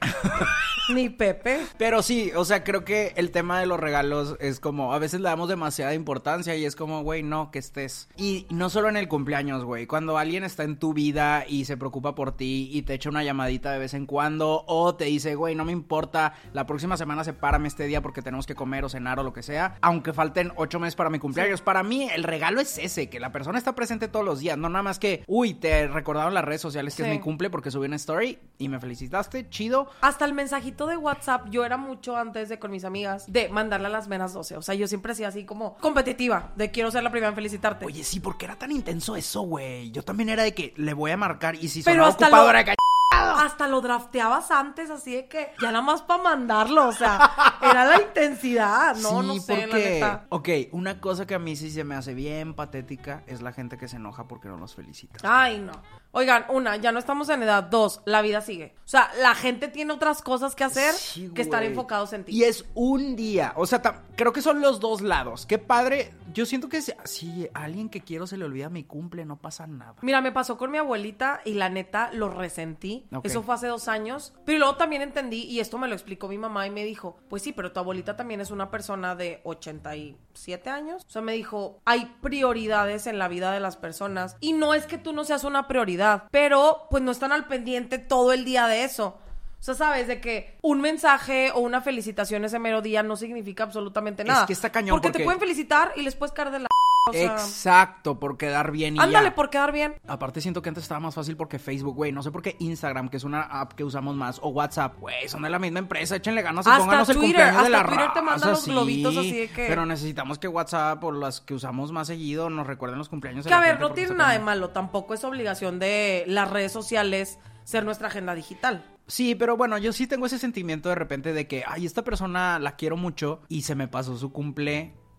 Speaker 3: Ni Pepe.
Speaker 2: Pero sí, o sea, creo que el tema de los regalos es como, a veces le damos demasiada importancia y es como, güey, no, que estés. Y no solo en el cumpleaños, güey, cuando alguien está en tu vida y se preocupa por ti y te echa una llamadita de vez en cuando o te dice, güey, no me importa, la próxima semana sepárame este día porque tenemos que comer o cenar o lo que sea, aunque falten ocho meses para mi cumpleaños. Para mí, el regalo es ese, que la persona está presente todos los días, no nada más que, uy, te recordaron las redes sociales que
Speaker 3: Sí.
Speaker 2: es mi cumple porque subí una story y me felicitaste, chido.
Speaker 3: Hasta el mensajito de WhatsApp, yo era mucho antes de con mis amigas, de mandarle a las menos doce. O sea, yo siempre hacía así como competitiva, de quiero ser la primera en felicitarte.
Speaker 2: Oye, sí, ¿por qué era tan intenso eso, güey? Yo también era de que le voy a marcar y si
Speaker 3: Pero
Speaker 2: sonaba
Speaker 3: hasta
Speaker 2: ocupado
Speaker 3: lo-
Speaker 2: era de que...
Speaker 3: Hasta lo drafteabas antes, así de que ya nada más para mandarlo, o sea, era la intensidad, no,
Speaker 2: sí,
Speaker 3: no sé, la
Speaker 2: porque...
Speaker 3: neta.
Speaker 2: Ok, una cosa que a mí sí se me hace bien patética es la gente que se enoja porque no los felicita.
Speaker 3: Ay, no. Oigan, una, ya no estamos en edad. Dos, la vida sigue. O sea, la gente tiene otras cosas que hacer
Speaker 2: Sí,
Speaker 3: que estar
Speaker 2: güey.
Speaker 3: enfocados en ti.
Speaker 2: Y es un día, o sea, tam- creo que son los dos lados. Qué padre, yo siento que si, si a alguien que quiero se le olvida mi cumple, no pasa nada.
Speaker 3: Mira, me pasó con mi abuelita y la neta lo resentí.
Speaker 2: Ok.
Speaker 3: Eso fue hace dos años. Pero luego también entendí, y esto me lo explicó mi mamá y me dijo, pues sí, pero tu abuelita también es una persona de ochenta y siete años. O sea, me dijo, hay prioridades en la vida de las personas. Y no es que tú no seas una prioridad, pero pues no están al pendiente todo el día de eso. O sea, sabes, de que un mensaje o una felicitación ese mero día no significa absolutamente
Speaker 2: Es
Speaker 3: nada.
Speaker 2: que está cañón,
Speaker 3: Porque,
Speaker 2: porque-
Speaker 3: te pueden felicitar y les puedes caer de la... O sea,
Speaker 2: Exacto, por quedar bien y
Speaker 3: ándale,
Speaker 2: ya.
Speaker 3: por quedar bien.
Speaker 2: Aparte siento que antes estaba más fácil porque Facebook, güey, no sé por qué Instagram, que es una app que usamos más, o WhatsApp, güey, son de la misma empresa, échenle ganas y
Speaker 3: Hasta
Speaker 2: pónganos el
Speaker 3: Twitter,
Speaker 2: cumpleaños de la
Speaker 3: hasta Twitter te manda
Speaker 2: raza,
Speaker 3: los
Speaker 2: sí,
Speaker 3: globitos así de que-
Speaker 2: pero necesitamos que WhatsApp o las que usamos más seguido nos recuerden los cumpleaños de
Speaker 3: Que a
Speaker 2: la
Speaker 3: ver,
Speaker 2: gente
Speaker 3: no
Speaker 2: porque
Speaker 3: tiene
Speaker 2: está
Speaker 3: nada de
Speaker 2: cañón.
Speaker 3: malo. Tampoco es obligación de las redes sociales ser nuestra agenda digital.
Speaker 2: Sí, pero bueno, yo sí tengo ese sentimiento de repente de que, ay, esta persona la quiero mucho y se me pasó su cumple.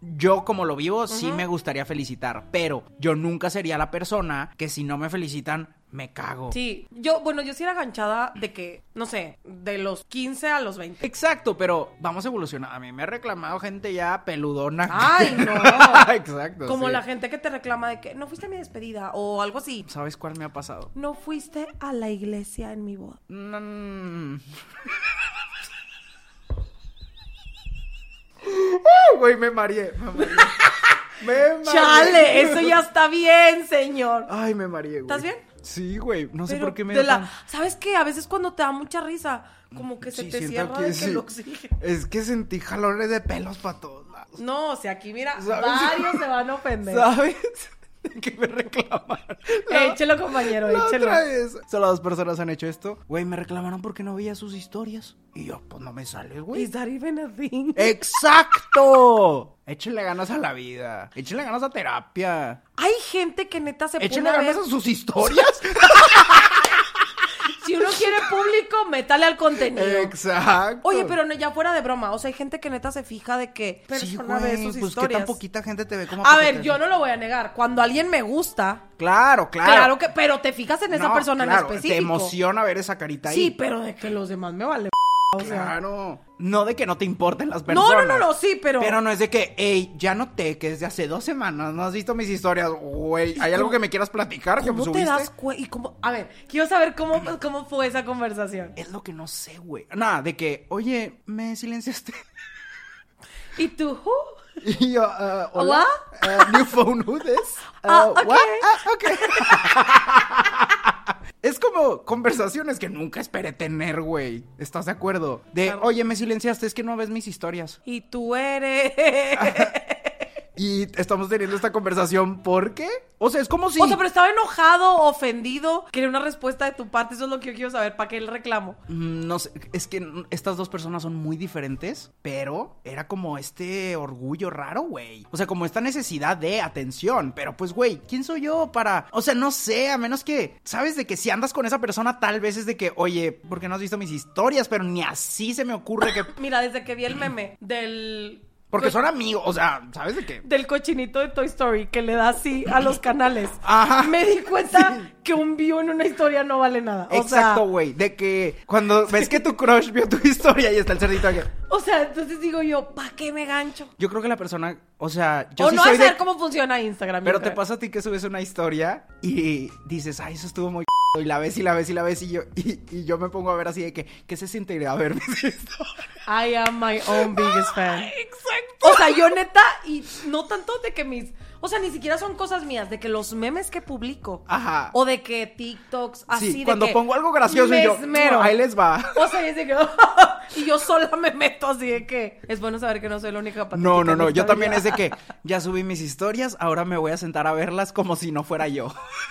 Speaker 2: yo como lo vivo, uh-huh. sí me gustaría felicitar, pero yo nunca sería la persona que si no me felicitan, me cago.
Speaker 3: Sí, yo, bueno, yo sí era ganchada de que, no sé, de los quince a los veinte.
Speaker 2: Exacto, pero vamos a evolucionar. A mí me ha reclamado gente ya peludona.
Speaker 3: ¡Ay, no!
Speaker 2: Exacto,
Speaker 3: como
Speaker 2: sí.
Speaker 3: la gente que te reclama de que no fuiste a mi despedida o algo así.
Speaker 2: ¿Sabes cuál me ha pasado?
Speaker 3: No fuiste a la iglesia en mi boda.
Speaker 2: Mm. ¡Oh, güey, me mareé! Me mareé. Me mareé.
Speaker 3: ¡Chale! Eso ya está bien, señor.
Speaker 2: Ay, me mareé, güey.
Speaker 3: ¿Estás bien?
Speaker 2: Sí, güey. No sé
Speaker 3: Pero
Speaker 2: por qué me
Speaker 3: de
Speaker 2: da
Speaker 3: la...
Speaker 2: tan...
Speaker 3: ¿Sabes qué? A veces cuando te da mucha risa, como que se
Speaker 2: Sí,
Speaker 3: te
Speaker 2: siento
Speaker 3: cierra
Speaker 2: que
Speaker 3: de que
Speaker 2: sí.
Speaker 3: el oxígeno.
Speaker 2: Es que sentí jalones de pelos para todos lados.
Speaker 3: No, o sea, aquí mira,
Speaker 2: ¿Sabes?
Speaker 3: varios se van a ofender.
Speaker 2: ¿Sabes? Que me reclaman. La-
Speaker 3: Échelo, compañero,
Speaker 2: La
Speaker 3: échelo.
Speaker 2: otra vez, solo dos personas han hecho esto. Güey, me reclamaron porque no veía sus historias. Y yo, pues no me sales, güey.
Speaker 3: Is that even a thing?
Speaker 2: ¡Exacto! Échenle ganas a la vida. Échenle ganas a terapia.
Speaker 3: Hay gente que neta se
Speaker 2: Échenle
Speaker 3: pone a
Speaker 2: ganas
Speaker 3: ver...
Speaker 2: a sus historias.
Speaker 3: Si uno quiere público, métale al contenido.
Speaker 2: Exacto.
Speaker 3: Oye, pero no, ya fuera de broma, o sea, hay gente que neta se fija de que
Speaker 2: sí,
Speaker 3: persona
Speaker 2: güey,
Speaker 3: ve sus
Speaker 2: pues
Speaker 3: historias.
Speaker 2: que tan poquita gente te ve como...
Speaker 3: A
Speaker 2: para que
Speaker 3: ver,
Speaker 2: te-
Speaker 3: yo no lo voy a negar. Cuando alguien me gusta,
Speaker 2: Claro, claro.
Speaker 3: claro, que, pero te fijas en esa
Speaker 2: No,
Speaker 3: persona
Speaker 2: claro,
Speaker 3: en específico.
Speaker 2: Te emociona ver esa carita ahí.
Speaker 3: Sí, pero de que los demás me vale. O sea,
Speaker 2: Claro. No de que no te importen las
Speaker 3: no,
Speaker 2: personas.
Speaker 3: no, no, no, sí, pero.
Speaker 2: Pero no es de que, hey, ya noté que desde hace dos semanas no has visto mis historias. Güey, ¿hay algo que me quieras platicar que
Speaker 3: ¿Cómo
Speaker 2: subiste?
Speaker 3: te das cuenta? Y cómo, a ver, quiero saber cómo, cómo fue esa conversación.
Speaker 2: Es lo que no sé, güey. Nada, de que, oye, me silenciaste.
Speaker 3: ¿Y tú? Uh,
Speaker 2: Y yo, uh, hola.
Speaker 3: ¿Hola?
Speaker 2: Uh, new phone, who this? Uh,
Speaker 3: Ah, ok.
Speaker 2: what? Ah, ok. Es como conversaciones que nunca esperé tener, güey. ¿Estás de acuerdo? De,
Speaker 3: Claro.
Speaker 2: oye, me silenciaste, es que no ves mis historias.
Speaker 3: y tú eres.
Speaker 2: Y estamos teniendo esta conversación, ¿por qué? O sea, es como si...
Speaker 3: O sea, pero estaba enojado, ofendido, quería una respuesta de tu parte. Eso es lo que yo quiero saber, ¿para qué el reclamo?
Speaker 2: Mm, No sé, es que estas dos personas son muy diferentes, pero era como este orgullo raro, güey. O sea, como esta necesidad de atención, pero pues, güey, ¿quién soy yo para...? O sea, no sé, a menos que, ¿sabes? De que si andas con esa persona, tal vez es de que, oye, ¿por qué no has visto mis historias? Pero ni así se me ocurre que...
Speaker 3: Mira, desde que vi el meme del...
Speaker 2: Porque son amigos, o sea, ¿sabes de qué?
Speaker 3: Del cochinito de Toy Story que le da así a los canales.
Speaker 2: Ajá.
Speaker 3: Me di cuenta que un view en una historia no vale nada. O
Speaker 2: Exacto,
Speaker 3: sea,
Speaker 2: güey, de que cuando ves que tu crush vio tu historia y está el cerdito aquí.
Speaker 3: o sea, entonces digo yo, ¿para qué me gancho?
Speaker 2: Yo creo que la persona, o sea, yo
Speaker 3: o
Speaker 2: sí
Speaker 3: no
Speaker 2: soy
Speaker 3: vas a
Speaker 2: de...
Speaker 3: saber cómo funciona Instagram.
Speaker 2: Pero
Speaker 3: yo
Speaker 2: te
Speaker 3: creo.
Speaker 2: pasa a ti que subes una historia y dices, ay, eso estuvo muy... Y la ves y la ves y la ves y yo, y, y yo me pongo a ver así de que, ¿qué se sentiría ver mis historias?
Speaker 3: I am my own biggest fan.
Speaker 2: Exacto.
Speaker 3: O sea, yo neta, y no tanto de que mis... O sea, ni siquiera son cosas mías, de que los memes que publico.
Speaker 2: Ajá.
Speaker 3: O de que TikToks, así
Speaker 2: Sí,
Speaker 3: de
Speaker 2: cuando
Speaker 3: que
Speaker 2: pongo algo gracioso y
Speaker 3: me
Speaker 2: yo,
Speaker 3: esmero.
Speaker 2: "No, ahí les va".
Speaker 3: O sea, es de que... y yo sola me meto así de que... Es bueno saber que no soy la única patética
Speaker 2: No, no,
Speaker 3: en
Speaker 2: no,
Speaker 3: esta
Speaker 2: yo también
Speaker 3: vida.
Speaker 2: es de que ya subí mis historias, ahora me voy a sentar a verlas como si no fuera yo.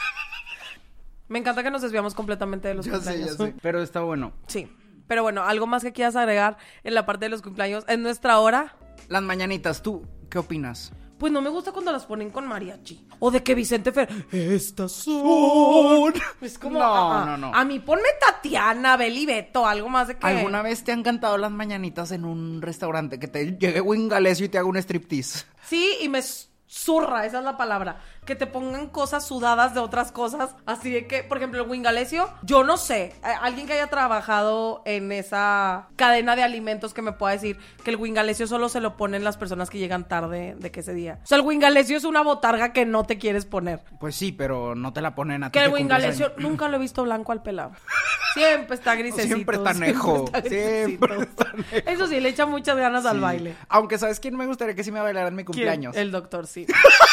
Speaker 3: Me encanta que nos desviamos completamente de los
Speaker 2: Ya sé,
Speaker 3: cumpleaños.
Speaker 2: ya sé. Pero está bueno.
Speaker 3: Sí. Pero bueno, algo más que quieras agregar en la parte de los cumpleaños. En nuestra hora,
Speaker 2: Las mañanitas, ¿tú qué opinas?
Speaker 3: pues no me gusta cuando las ponen con mariachi. O de que Vicente Fer... Estas son... Es como...
Speaker 2: No,
Speaker 3: ah, ah.
Speaker 2: no, no.
Speaker 3: A mí ponme Tatiana, Beli Beto, algo más de que...
Speaker 2: ¿Alguna vez te han cantado las mañanitas en un restaurante? Que te llegue Wingalesio y te haga un striptease.
Speaker 3: Sí, y me zurra, esa es la palabra. Que te pongan cosas sudadas de otras cosas. Así de que, por ejemplo, el Wingalesio, yo no sé, a- alguien que haya trabajado en esa cadena de alimentos que me pueda decir que el Wingalesio solo se lo ponen las personas que llegan tarde de que ese día. O sea, el Wingalesio es una botarga que no te quieres poner.
Speaker 2: Pues sí, pero no te la ponen a ti.
Speaker 3: Que el
Speaker 2: cumples
Speaker 3: Wingalesio
Speaker 2: años.
Speaker 3: nunca lo he visto blanco al pelado. Siempre está grisecito.
Speaker 2: Siempre está nejo.
Speaker 3: Siempre está grisecito.
Speaker 2: Siempre está nejo.
Speaker 3: Eso sí, le echa muchas ganas al
Speaker 2: Sí.
Speaker 3: baile.
Speaker 2: Aunque, ¿sabes quién me gustaría que sí me bailara en mi cumpleaños?
Speaker 3: ¿Quién? El doctor, sí.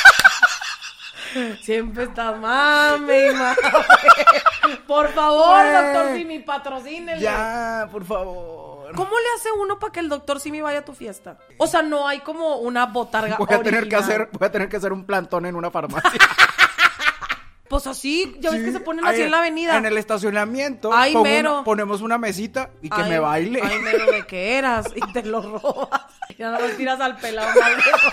Speaker 3: Siempre estás mami, mami. Por favor,
Speaker 2: Güey.
Speaker 3: doctor Simi, patrocínele.
Speaker 2: Ya, por favor.
Speaker 3: ¿Cómo le hace uno para que el doctor Simi vaya a tu fiesta? O sea, no hay como una botarga
Speaker 2: Voy a tener que
Speaker 3: original.
Speaker 2: hacer, voy a tener que hacer un plantón en una farmacia.
Speaker 3: Pues así, ya ves
Speaker 2: Sí.
Speaker 3: que se ponen así
Speaker 2: Ahí,
Speaker 3: en la avenida.
Speaker 2: En el estacionamiento.
Speaker 3: Ay,
Speaker 2: pongo
Speaker 3: mero.
Speaker 2: una- ponemos una mesita y que
Speaker 3: Ay,
Speaker 2: me baile.
Speaker 3: Ay, mero de que eras y te lo robas. Y nada más tiras al pelado más lejos.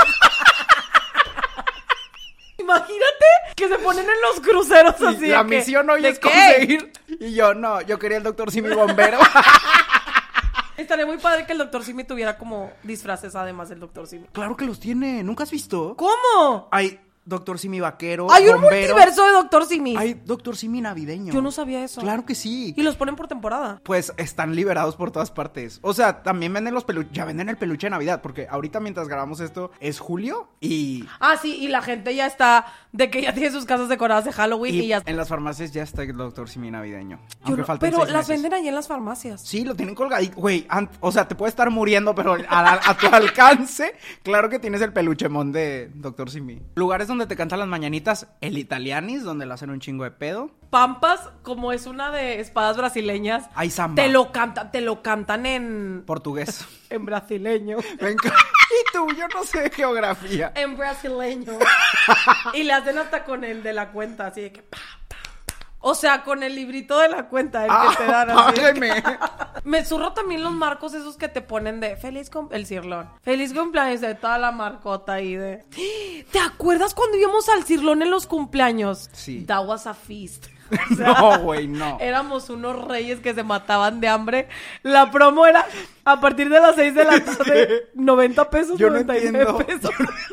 Speaker 3: Imagínate que se ponen en los cruceros
Speaker 2: Sí,
Speaker 3: así.
Speaker 2: la
Speaker 3: de que,
Speaker 2: misión hoy
Speaker 3: ¿de
Speaker 2: es
Speaker 3: qué?
Speaker 2: conseguir. Y yo, no, yo quería el doctor Simi bombero.
Speaker 3: estaría muy padre que el doctor Simi tuviera como disfraces además del doctor Simi.
Speaker 2: Claro que los tiene. ¿Nunca has visto?
Speaker 3: ¿Cómo?
Speaker 2: Hay doctor Simi vaquero,
Speaker 3: Hay un
Speaker 2: bombero.
Speaker 3: multiverso de doctor Simi.
Speaker 2: Hay doctor Simi navideño.
Speaker 3: Yo no sabía eso.
Speaker 2: Claro que sí.
Speaker 3: Y los ponen por temporada.
Speaker 2: Pues están liberados por todas partes. O sea, también venden los peluches. Ya venden el peluche de Navidad. Porque ahorita mientras grabamos esto es julio y...
Speaker 3: Ah, sí, y la gente ya está de que ya tiene sus casas decoradas de Halloween y,
Speaker 2: y
Speaker 3: ya...
Speaker 2: en las farmacias ya está el doctor Simi navideño.
Speaker 3: Yo
Speaker 2: Aunque
Speaker 3: no-
Speaker 2: falten
Speaker 3: Pero
Speaker 2: seis
Speaker 3: las
Speaker 2: meses.
Speaker 3: venden allí en las farmacias.
Speaker 2: Sí, lo tienen colgadito. Güey, ant- o sea, te puede estar muriendo, pero a, la- a tu alcance, claro que tienes el peluchemón de doctor Simi. Lugares donde te cantan las mañanitas, el Italianis, donde le hacen un chingo de pedo.
Speaker 3: Pampas, como es una de espadas brasileñas,
Speaker 2: Hay samba.
Speaker 3: te lo cantan, te lo cantan en...
Speaker 2: Portugués.
Speaker 3: en brasileño.
Speaker 2: Me encanta. Y tú, yo no sé de geografía.
Speaker 3: En brasileño. Y le hacen hasta con el de la cuenta, así de que... pa, pa, pa. O sea, con el librito de la cuenta, el
Speaker 2: Ah,
Speaker 3: que te dan así. de que-
Speaker 2: págame.
Speaker 3: Me zurro también los marcos esos que te ponen de feliz cum- el cirlón. Feliz cumpleaños de toda la marcota ahí de... ¿Te acuerdas cuando íbamos al cirlón en los cumpleaños?
Speaker 2: Sí.
Speaker 3: That was a feast.
Speaker 2: No, güey, no.
Speaker 3: Éramos unos reyes que se mataban de hambre. La promo era a partir de las seis de la tarde, noventa pesos,
Speaker 2: Yo no
Speaker 3: noventa y nueve
Speaker 2: entiendo.
Speaker 3: pesos.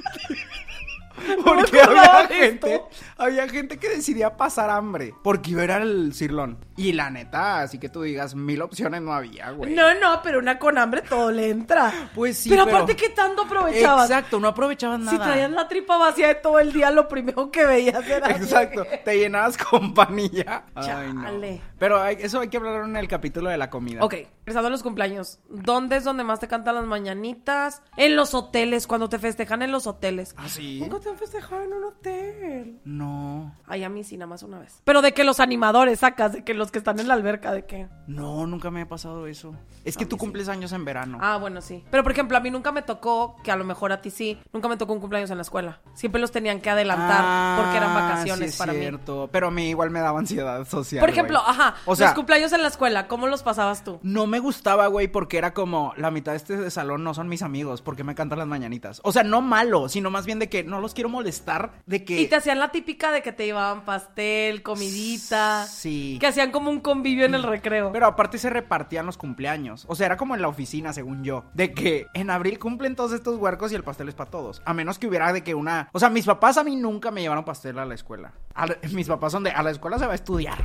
Speaker 2: Porque
Speaker 3: me acordaba
Speaker 2: había
Speaker 3: de
Speaker 2: gente,
Speaker 3: esto.
Speaker 2: había gente que decidía pasar hambre porque iba a ir al cirlón. Y la neta, así que tú digas, mil opciones no había, güey.
Speaker 3: No, no, pero una con hambre todo le entra.
Speaker 2: Pues sí,
Speaker 3: pero
Speaker 2: pero-
Speaker 3: aparte, ¿qué tanto aprovechabas?
Speaker 2: Exacto, no aprovechabas nada.
Speaker 3: Si traías la tripa vacía de todo el día, lo primero que veías era... así
Speaker 2: Exacto,
Speaker 3: de que-
Speaker 2: te llenabas con panilla. Ay, no.
Speaker 3: Chale.
Speaker 2: Pero hay- eso hay que hablar en el capítulo de la comida.
Speaker 3: Ok, regresando a los cumpleaños. ¿Dónde es donde más te cantan las mañanitas? En los hoteles, cuando te festejan en los hoteles.
Speaker 2: ¿Ah, sí?
Speaker 3: Nunca te han festejado en un hotel.
Speaker 2: No,
Speaker 3: Ay, a mí sí, nada más una vez. Pero de que los animadores sacas, de que los que están en la alberca, de que...
Speaker 2: no, nunca me ha pasado eso. Es que tú cumples años en verano.
Speaker 3: Ah, bueno, sí. Pero, por ejemplo, a mí nunca me tocó, que a lo mejor a ti sí, nunca me tocó un cumpleaños en la escuela. Siempre los tenían que adelantar
Speaker 2: Ah,
Speaker 3: porque eran vacaciones
Speaker 2: sí es
Speaker 3: para mí.
Speaker 2: cierto. Pero a mí igual me daba ansiedad social.
Speaker 3: Por ejemplo,
Speaker 2: güey.
Speaker 3: ajá,
Speaker 2: O sea,
Speaker 3: los cumpleaños en la escuela, ¿cómo los pasabas tú?
Speaker 2: no me gustaba, güey, porque era como la mitad de este salón no son mis amigos, porque me cantan las mañanitas. O sea, no malo, sino más bien de que no los quiero molestar, de que...
Speaker 3: Y te hacían la típica de que te llevaban pastel, comidita.
Speaker 2: Sí.
Speaker 3: Que hacían como un convivio en el recreo.
Speaker 2: Pero aparte se repartían los cumpleaños. O sea, era como en la oficina, según yo. De que en abril cumplen todos estos huercos y el pastel es para todos. A menos que hubiera de que una... O sea, mis papás a mí nunca me llevaron pastel a la escuela. A la- Mis papás son de... A la escuela se va a estudiar.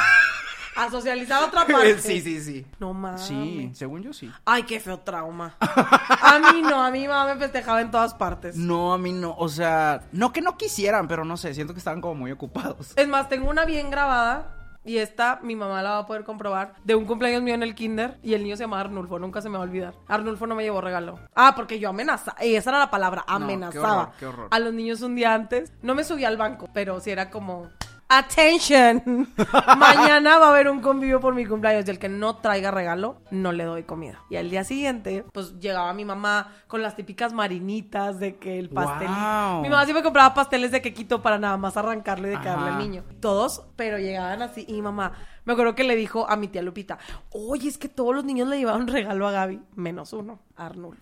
Speaker 3: A socializar otra parte.
Speaker 2: Sí, sí, sí.
Speaker 3: No mames.
Speaker 2: Sí, según yo sí.
Speaker 3: Ay, qué feo trauma. A mí no, a mi mamá me festejaba en todas partes.
Speaker 2: No, a mí no. O sea, no que no quisieran, pero no sé. Siento que estaban como muy ocupados.
Speaker 3: Es más, tengo una bien grabada. Y esta, mi mamá la va a poder comprobar. De un cumpleaños mío en el kinder. Y el niño se llama Arnulfo, nunca se me va a olvidar. Arnulfo no me llevó regalo. Ah, porque yo amenazaba. Y esa era la palabra, amenazaba.
Speaker 2: qué horror, qué horror.
Speaker 3: A los niños un día antes. No me subí al banco, pero sí era como... Attention. Mañana va a haber un convivio por mi cumpleaños. Y el que no traiga regalo, no le doy comida. Y al día siguiente, pues llegaba mi mamá con las típicas marinitas de que el pastel.
Speaker 2: Wow.
Speaker 3: Mi mamá siempre compraba pasteles de quequito para nada más arrancarle de que darle
Speaker 2: Ajá.
Speaker 3: al niño. Todos, pero llegaban así. Y mi mamá, me acuerdo que le dijo a mi tía Lupita: oye, es que todos los niños le llevaban regalo a Gaby, menos uno, Arnulfo.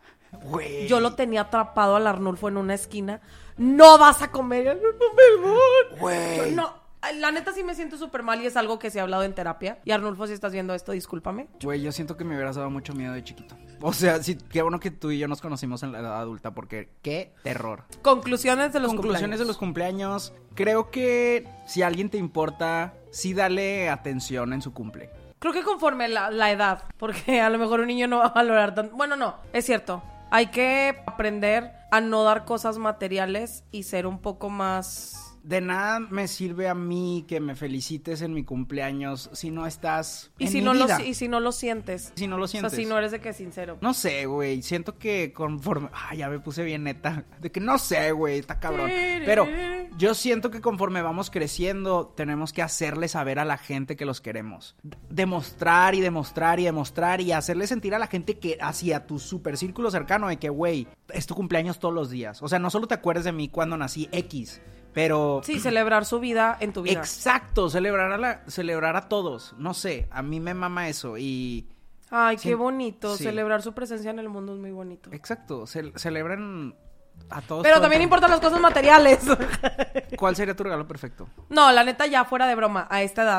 Speaker 2: Güey.
Speaker 3: Yo lo tenía atrapado al Arnulfo en una esquina. No vas a comer, Arnulfo, perdón.
Speaker 2: Güey.
Speaker 3: Yo, no, la neta sí me siento súper mal y es algo que se ha hablado en terapia. Y Arnulfo, si estás viendo esto, discúlpame.
Speaker 2: Güey, yo siento que me hubieras dado mucho miedo de chiquito. O sea, sí, qué bueno que tú y yo nos conocimos en la edad adulta, porque qué terror.
Speaker 3: Conclusiones de los
Speaker 2: Conclusiones de los cumpleaños. Creo que si a alguien te importa, sí dale atención en su cumple.
Speaker 3: Creo que conforme la, la edad, porque a lo mejor un niño no va a valorar tanto. Bueno, no, es cierto. Hay que aprender a no dar cosas materiales y ser un poco más...
Speaker 2: De nada me sirve a mí que me felicites en mi cumpleaños si no estás
Speaker 3: Y
Speaker 2: en
Speaker 3: si,
Speaker 2: mi
Speaker 3: no
Speaker 2: vida.
Speaker 3: lo, y si no lo sientes.
Speaker 2: Si no lo sientes.
Speaker 3: O sea, si no eres de que sincero.
Speaker 2: No sé, güey, siento que conforme... Ay, ya me puse bien neta. De que no sé, güey, está cabrón. Pero yo siento que conforme vamos creciendo, tenemos que hacerle saber a la gente que los queremos. Demostrar y demostrar y demostrar y hacerle sentir a la gente que hacia tu super círculo cercano de que, güey, es tu cumpleaños todos los días. O sea, no solo te acuerdes de mí cuando nací X, pero...
Speaker 3: Sí, celebrar su vida en tu vida.
Speaker 2: Exacto, celebrar a, la, celebrar a todos. No sé, a mí me mama eso y...
Speaker 3: Ay,
Speaker 2: Sí,
Speaker 3: qué bonito.
Speaker 2: sí.
Speaker 3: Celebrar su presencia en el mundo es muy bonito.
Speaker 2: Exacto, ce- celebran a todos.
Speaker 3: Pero
Speaker 2: todo el
Speaker 3: también
Speaker 2: tiempo.
Speaker 3: importan las cosas materiales.
Speaker 2: ¿Cuál sería tu regalo perfecto?
Speaker 3: No, la neta, ya fuera de broma, a esta edad,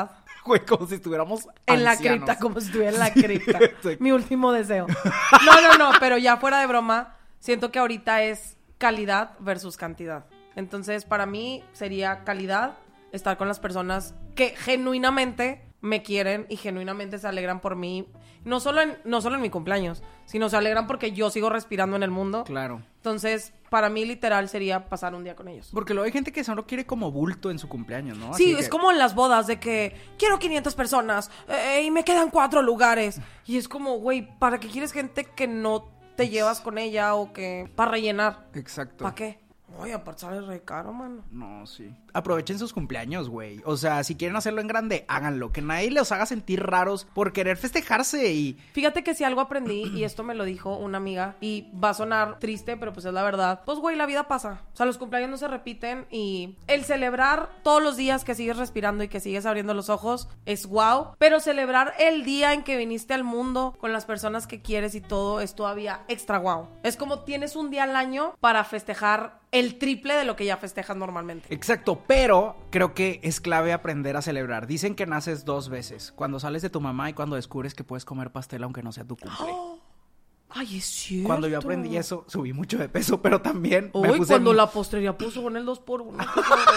Speaker 2: Güey, como si estuviéramos
Speaker 3: En la
Speaker 2: ancianos.
Speaker 3: cripta, como si estuviera en la cripta. Mi último deseo. No, no, no, pero ya fuera de broma, siento que ahorita es calidad versus cantidad. Entonces, para mí sería calidad, estar con las personas que genuinamente me quieren y genuinamente se alegran por mí. No solo en, no solo en mi cumpleaños, sino se alegran porque yo sigo respirando en el mundo.
Speaker 2: Claro.
Speaker 3: Entonces, para mí literal sería pasar un día con ellos.
Speaker 2: Porque luego hay gente que solo quiere como bulto en su cumpleaños, ¿no?
Speaker 3: Sí,
Speaker 2: Así
Speaker 3: es
Speaker 2: que...
Speaker 3: como en las bodas de que quiero quinientas personas eh, y me quedan cuatro lugares. Y es como, güey, ¿para qué quieres gente que no te llevas con ella o que... para rellenar?
Speaker 2: Exacto.
Speaker 3: ¿Para qué? Oye, aparte sale re caro, mano.
Speaker 2: No, sí. Aprovechen sus cumpleaños, güey. O sea, si quieren hacerlo en grande, háganlo. Que nadie los haga sentir raros por querer festejarse y...
Speaker 3: Fíjate que si algo aprendí, y esto me lo dijo una amiga, y va a sonar triste, pero pues es la verdad. Pues, güey, la vida pasa. O sea, los cumpleaños no se repiten y el celebrar todos los días que sigues respirando y que sigues abriendo los ojos es wow. Pero celebrar el día en que viniste al mundo con las personas que quieres y todo es todavía extra wow. Es como tienes un día al año para festejar el triple de lo que ya festejas normalmente.
Speaker 2: Exacto, pero creo que es clave aprender a celebrar. Dicen que naces dos veces, cuando sales de tu mamá y cuando descubres que puedes comer pastel aunque no sea tu cumple.
Speaker 3: Oh, ay, es cierto.
Speaker 2: Cuando yo aprendí eso, subí mucho de peso, pero también
Speaker 3: Uy,
Speaker 2: me puse...
Speaker 3: cuando
Speaker 2: muy...
Speaker 3: la postrería puso en el dos por uno.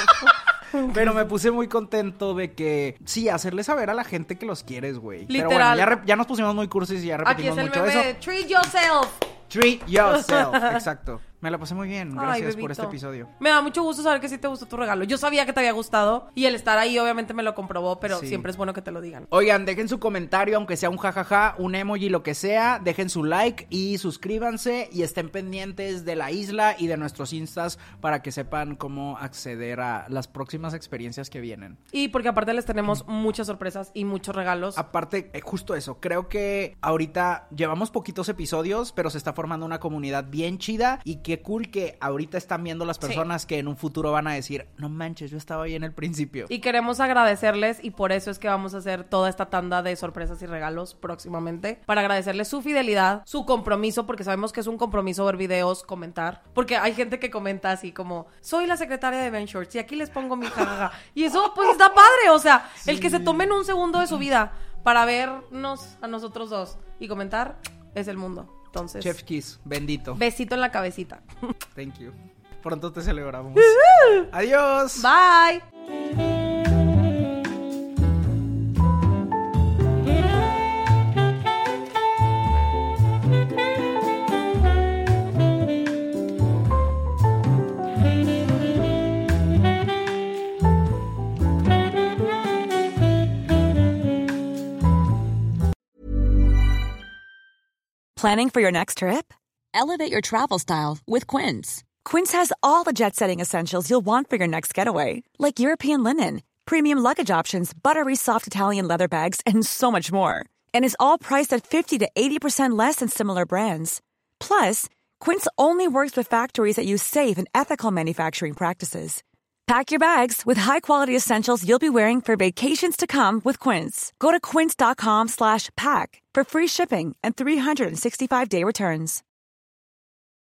Speaker 2: Pero me puse muy contento de que, sí, hacerle saber a la gente que los quieres, güey. Pero bueno,
Speaker 3: Literal.
Speaker 2: ya, re- ya nos pusimos muy cursis y ya
Speaker 3: Aquí es
Speaker 2: repetimos
Speaker 3: el
Speaker 2: mucho
Speaker 3: meme de
Speaker 2: eso.
Speaker 3: treat yourself.
Speaker 2: Treat yourself, exacto. Me la pasé muy bien,
Speaker 3: Ay,
Speaker 2: gracias por
Speaker 3: bebito.
Speaker 2: este episodio.
Speaker 3: Me da mucho gusto saber que sí te gustó tu regalo. Yo sabía que te había gustado y el estar ahí obviamente me lo comprobó, pero
Speaker 2: Sí.
Speaker 3: siempre es bueno que te lo digan.
Speaker 2: Oigan, dejen su comentario, aunque sea un jajaja, un emoji, lo que sea. Dejen su like y suscríbanse y estén pendientes de la isla y de nuestros instas para que sepan cómo acceder a las próximas experiencias que vienen.
Speaker 3: Y porque aparte les tenemos muchas sorpresas y muchos regalos.
Speaker 2: Aparte, eh, justo eso, creo que ahorita llevamos poquitos episodios, pero se está formando una comunidad bien chida y qué cool que ahorita están viendo las personas que en un futuro van a decir, no manches, yo estaba ahí en el principio.
Speaker 3: Y queremos agradecerles y por eso es que vamos a hacer toda esta tanda de sorpresas y regalos próximamente. Para agradecerles su fidelidad, su compromiso, porque sabemos que es un compromiso ver videos, comentar. Porque hay gente que comenta así como, soy la secretaria de Ben Shorts y aquí les pongo mi jajaja. Y eso pues está padre, o sea, sí. El que se tomen un segundo de su vida para vernos a nosotros dos y comentar es el mundo. Entonces,
Speaker 2: Chef Kiss, bendito.
Speaker 3: Besito en la cabecita.
Speaker 2: Thank you. Pronto te celebramos. Adiós.
Speaker 3: Bye.
Speaker 6: Planning for your next trip? Elevate your travel style with Quince. Quince has all the jet-setting essentials you'll want for your next getaway, like European linen, premium luggage options, buttery soft Italian leather bags, and so much more. And is all priced at fifty to eighty percent less than similar brands. Plus, Quince only works with factories that use safe and ethical manufacturing practices. Pack your bags with high-quality essentials you'll be wearing for vacations to come with Quince. Go to quince.com slash pack for free shipping and three sixty-five day returns.